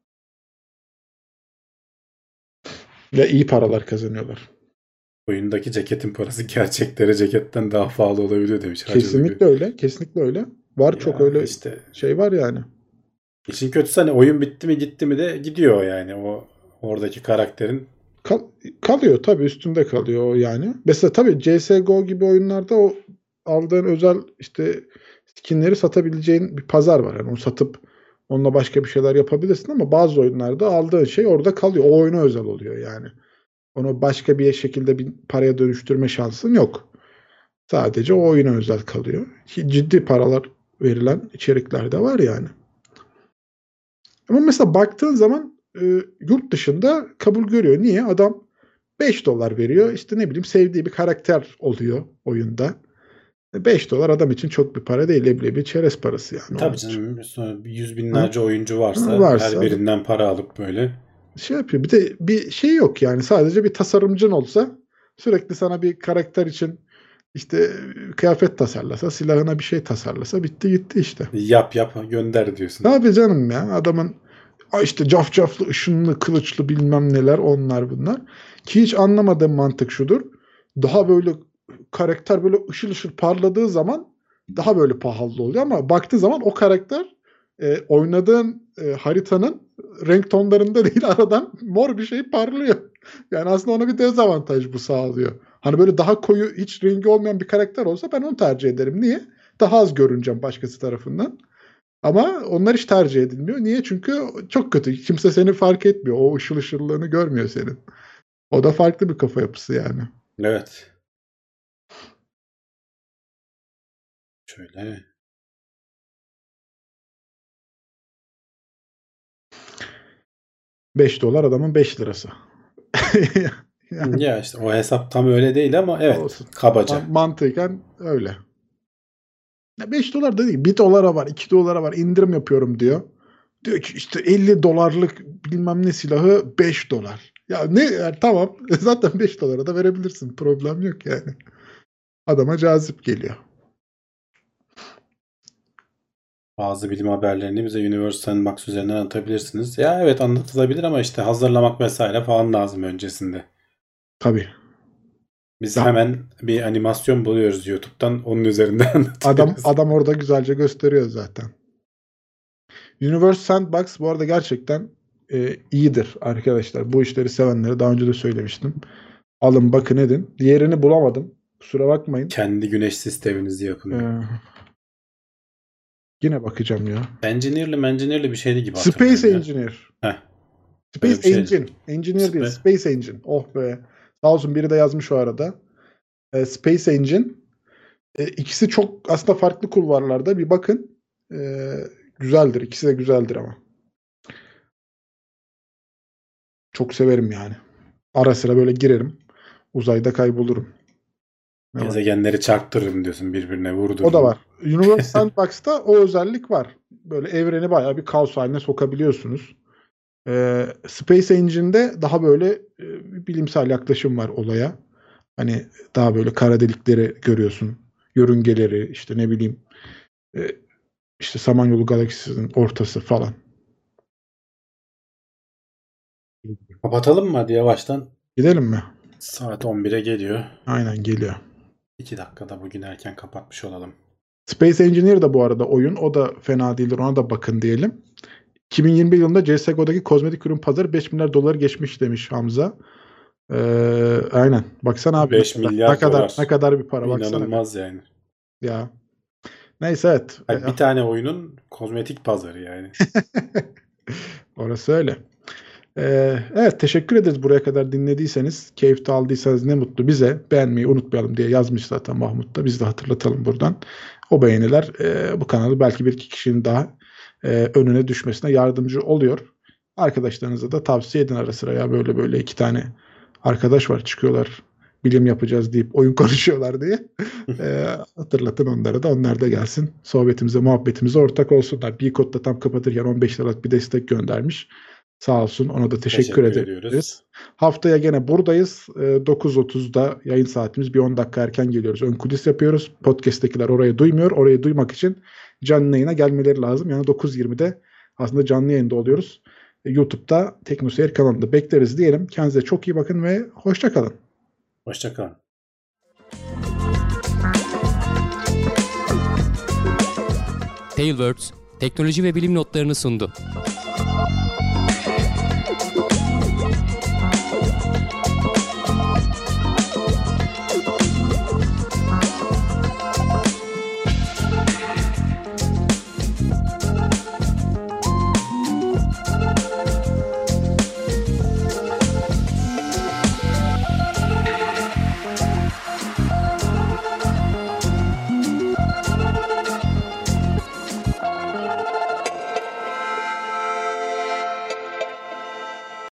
Ve iyi paralar kazanıyorlar. Oyundaki ceketin parası gerçekleri ceketten daha pahalı olabiliyor demiş. Hacı Kesinlikle öyle. Kesinlikle öyle. Var Ya çok öyle işte şey var yani. işin kötüsü hani oyun bitti mi gitti mi de gidiyor yani o oradaki karakterin. Kal- kalıyor tabii üstünde kalıyor o yani. Mesela tabii C S G O gibi oyunlarda o aldığın özel işte skinleri satabileceğin bir pazar var. Yani onu satıp onunla başka bir şeyler yapabilirsin ama bazı oyunlarda aldığın şey orada kalıyor. O oyuna özel oluyor yani. Onu başka bir şekilde bir paraya dönüştürme şansın yok. Sadece o oyuna özel kalıyor. Ki ciddi paralar verilen içerikler de var yani. Ama mesela baktığın zaman e, yurt dışında kabul görüyor. Niye? Adam beş dolar veriyor. İşte ne bileyim sevdiği bir karakter oluyor oyunda. beş dolar adam için çok bir para değil. Leblebi çerez parası yani. Tabii Onun için. canım sonra yüz Ha? binlerce oyuncu varsa, Ha, varsa her birinden para alıp böyle. şey yapıyor. Bir de bir şey yok yani. Sadece bir tasarımcın olsa sürekli sana bir karakter için işte kıyafet tasarlasa, silahına bir şey tasarlasa bitti gitti işte. Yap yap gönder diyorsun. Ne yapıyor canım ya? Adamın işte cafcaflı, ışınlı, kılıçlı bilmem neler onlar bunlar. Ki hiç anlamadığım mantık şudur. Daha böyle karakter böyle ışıl ışıl parladığı zaman daha böyle pahalı oluyor ama baktığı zaman o karakter e, oynadığın e, haritanın renk tonlarında değil aradan mor bir şey parlıyor. Yani aslında ona bir dezavantaj bu sağlıyor. Hani böyle daha koyu hiç rengi olmayan bir karakter olsa ben onu tercih ederim. Niye? Daha az görüneceğim başkası tarafından. Ama onlar hiç tercih edilmiyor. Niye? Çünkü çok kötü. Kimse seni fark etmiyor. O ışıl ışıllığını görmüyor senin. O da farklı bir kafa yapısı yani. Evet. Şöyle. beş dolar adamın beş lirası. Yani Ya işte o hesap tam öyle değil ama evet olsun. kabaca. Man- mantıken öyle. Ya beş dolar da değil. bir dolara var, iki dolara var. İndirim yapıyorum diyor. Diyor ki işte elli dolarlık bilmem ne silahı beş dolar. Ya ne yani tamam. Zaten beş dolara da verebilirsin. Problem yok yani. Adama cazip geliyor. Bazı bilim haberlerini bize Universe Sandbox üzerinden anlatabilirsiniz. Ya evet anlatılabilir ama işte hazırlamak vesaire falan lazım öncesinde. Tabii. Biz Ya, hemen bir animasyon buluyoruz YouTube'dan onun üzerinden adam anlatıyoruz. adam orada güzelce gösteriyor zaten. Universe Sandbox bu arada gerçekten e, iyidir arkadaşlar. Bu işleri sevenlere daha önce de söylemiştim. Alın bakın edin. Diğerini bulamadım. Kusura bakmayın. Kendi güneş sisteminizi yapın. Ee, yine bakacağım ya. Engineer'li mengineer'li bir şeydi gibi Space hatırlıyorum ya. Engineer. Heh. Space Öyle bir şeydi. Engine. Engineer değil. Spa- Space Engine. Oh be. Sağ olsun biri de yazmış o arada. Ee, Space Engine. Ee, ikisi çok aslında farklı kulvarlarda. Bir bakın. Ee, güzeldir. İkisi de güzeldir ama. Çok severim yani. Ara sıra böyle girerim. Uzayda kaybolurum. Ne var? Gezegenleri çarptırırım diyorsun, birbirine vurdururum. O da var. Universe Sandbox'ta o özellik var. Böyle evreni bayağı bir kaos haline sokabiliyorsunuz. Ee, Space Engine'de daha böyle e, bir bilimsel yaklaşım var olaya. Hani daha böyle kara delikleri görüyorsun. Yörüngeleri işte ne bileyim e, işte Samanyolu galaksisinin ortası falan. Kapatalım mı hadi yavaştan? Gidelim mi? Saat on bire geliyor. Aynen geliyor. iki dakikada bugün erken kapatmış olalım. Space Engineer de bu arada oyun. O da fena değildir. Ona da bakın diyelim. iki bin yirmi bir yılında C S G O'daki kozmetik ürün pazarı beş milyar dolar geçmiş demiş Hamza. Ee, aynen. Baksana abi. beş ne kadar- milyar ne kadar dolar. ne kadar bir para baksana. İnanılmaz yani. Ya. Neyse evet. Yani bir tane oyunun kozmetik pazarı yani. Orası öyle. Ee, evet teşekkür ederiz buraya kadar dinlediyseniz. Keyif de aldıysanız ne mutlu bize. Beğenmeyi unutmayalım diye yazmış zaten Mahmut da. Biz de hatırlatalım buradan. O beğeniler e, bu kanalı belki bir iki kişinin daha e, önüne düşmesine yardımcı oluyor. Arkadaşlarınıza da tavsiye edin ara sıra ya böyle böyle iki tane arkadaş var çıkıyorlar bilim yapacağız deyip oyun konuşuyorlar diye. e, hatırlatın onlara da onlar da gelsin. Sohbetimize muhabbetimize ortak olsunlar. B-Code da tam kapatırken on beş liralık bir destek göndermiş. Sağ olsun ona da teşekkür, Teşekkür ederiz. ediyoruz. Haftaya gene buradayız. E, dokuz otuzda yayın saatimiz bir on dakika erken geliyoruz. Ön kulis yapıyoruz. Podcast'tekiler orayı duymuyor. Orayı duymak için canlı yayına gelmeleri lazım. Yani dokuz yirmide aslında canlı yayında oluyoruz. E, YouTube'da TeknoSeyir kanalında bekleriz diyelim. Kendinize çok iyi bakın ve hoşça kalın. Hoşça kalın. Tailwords, teknoloji ve bilim notlarını sundu.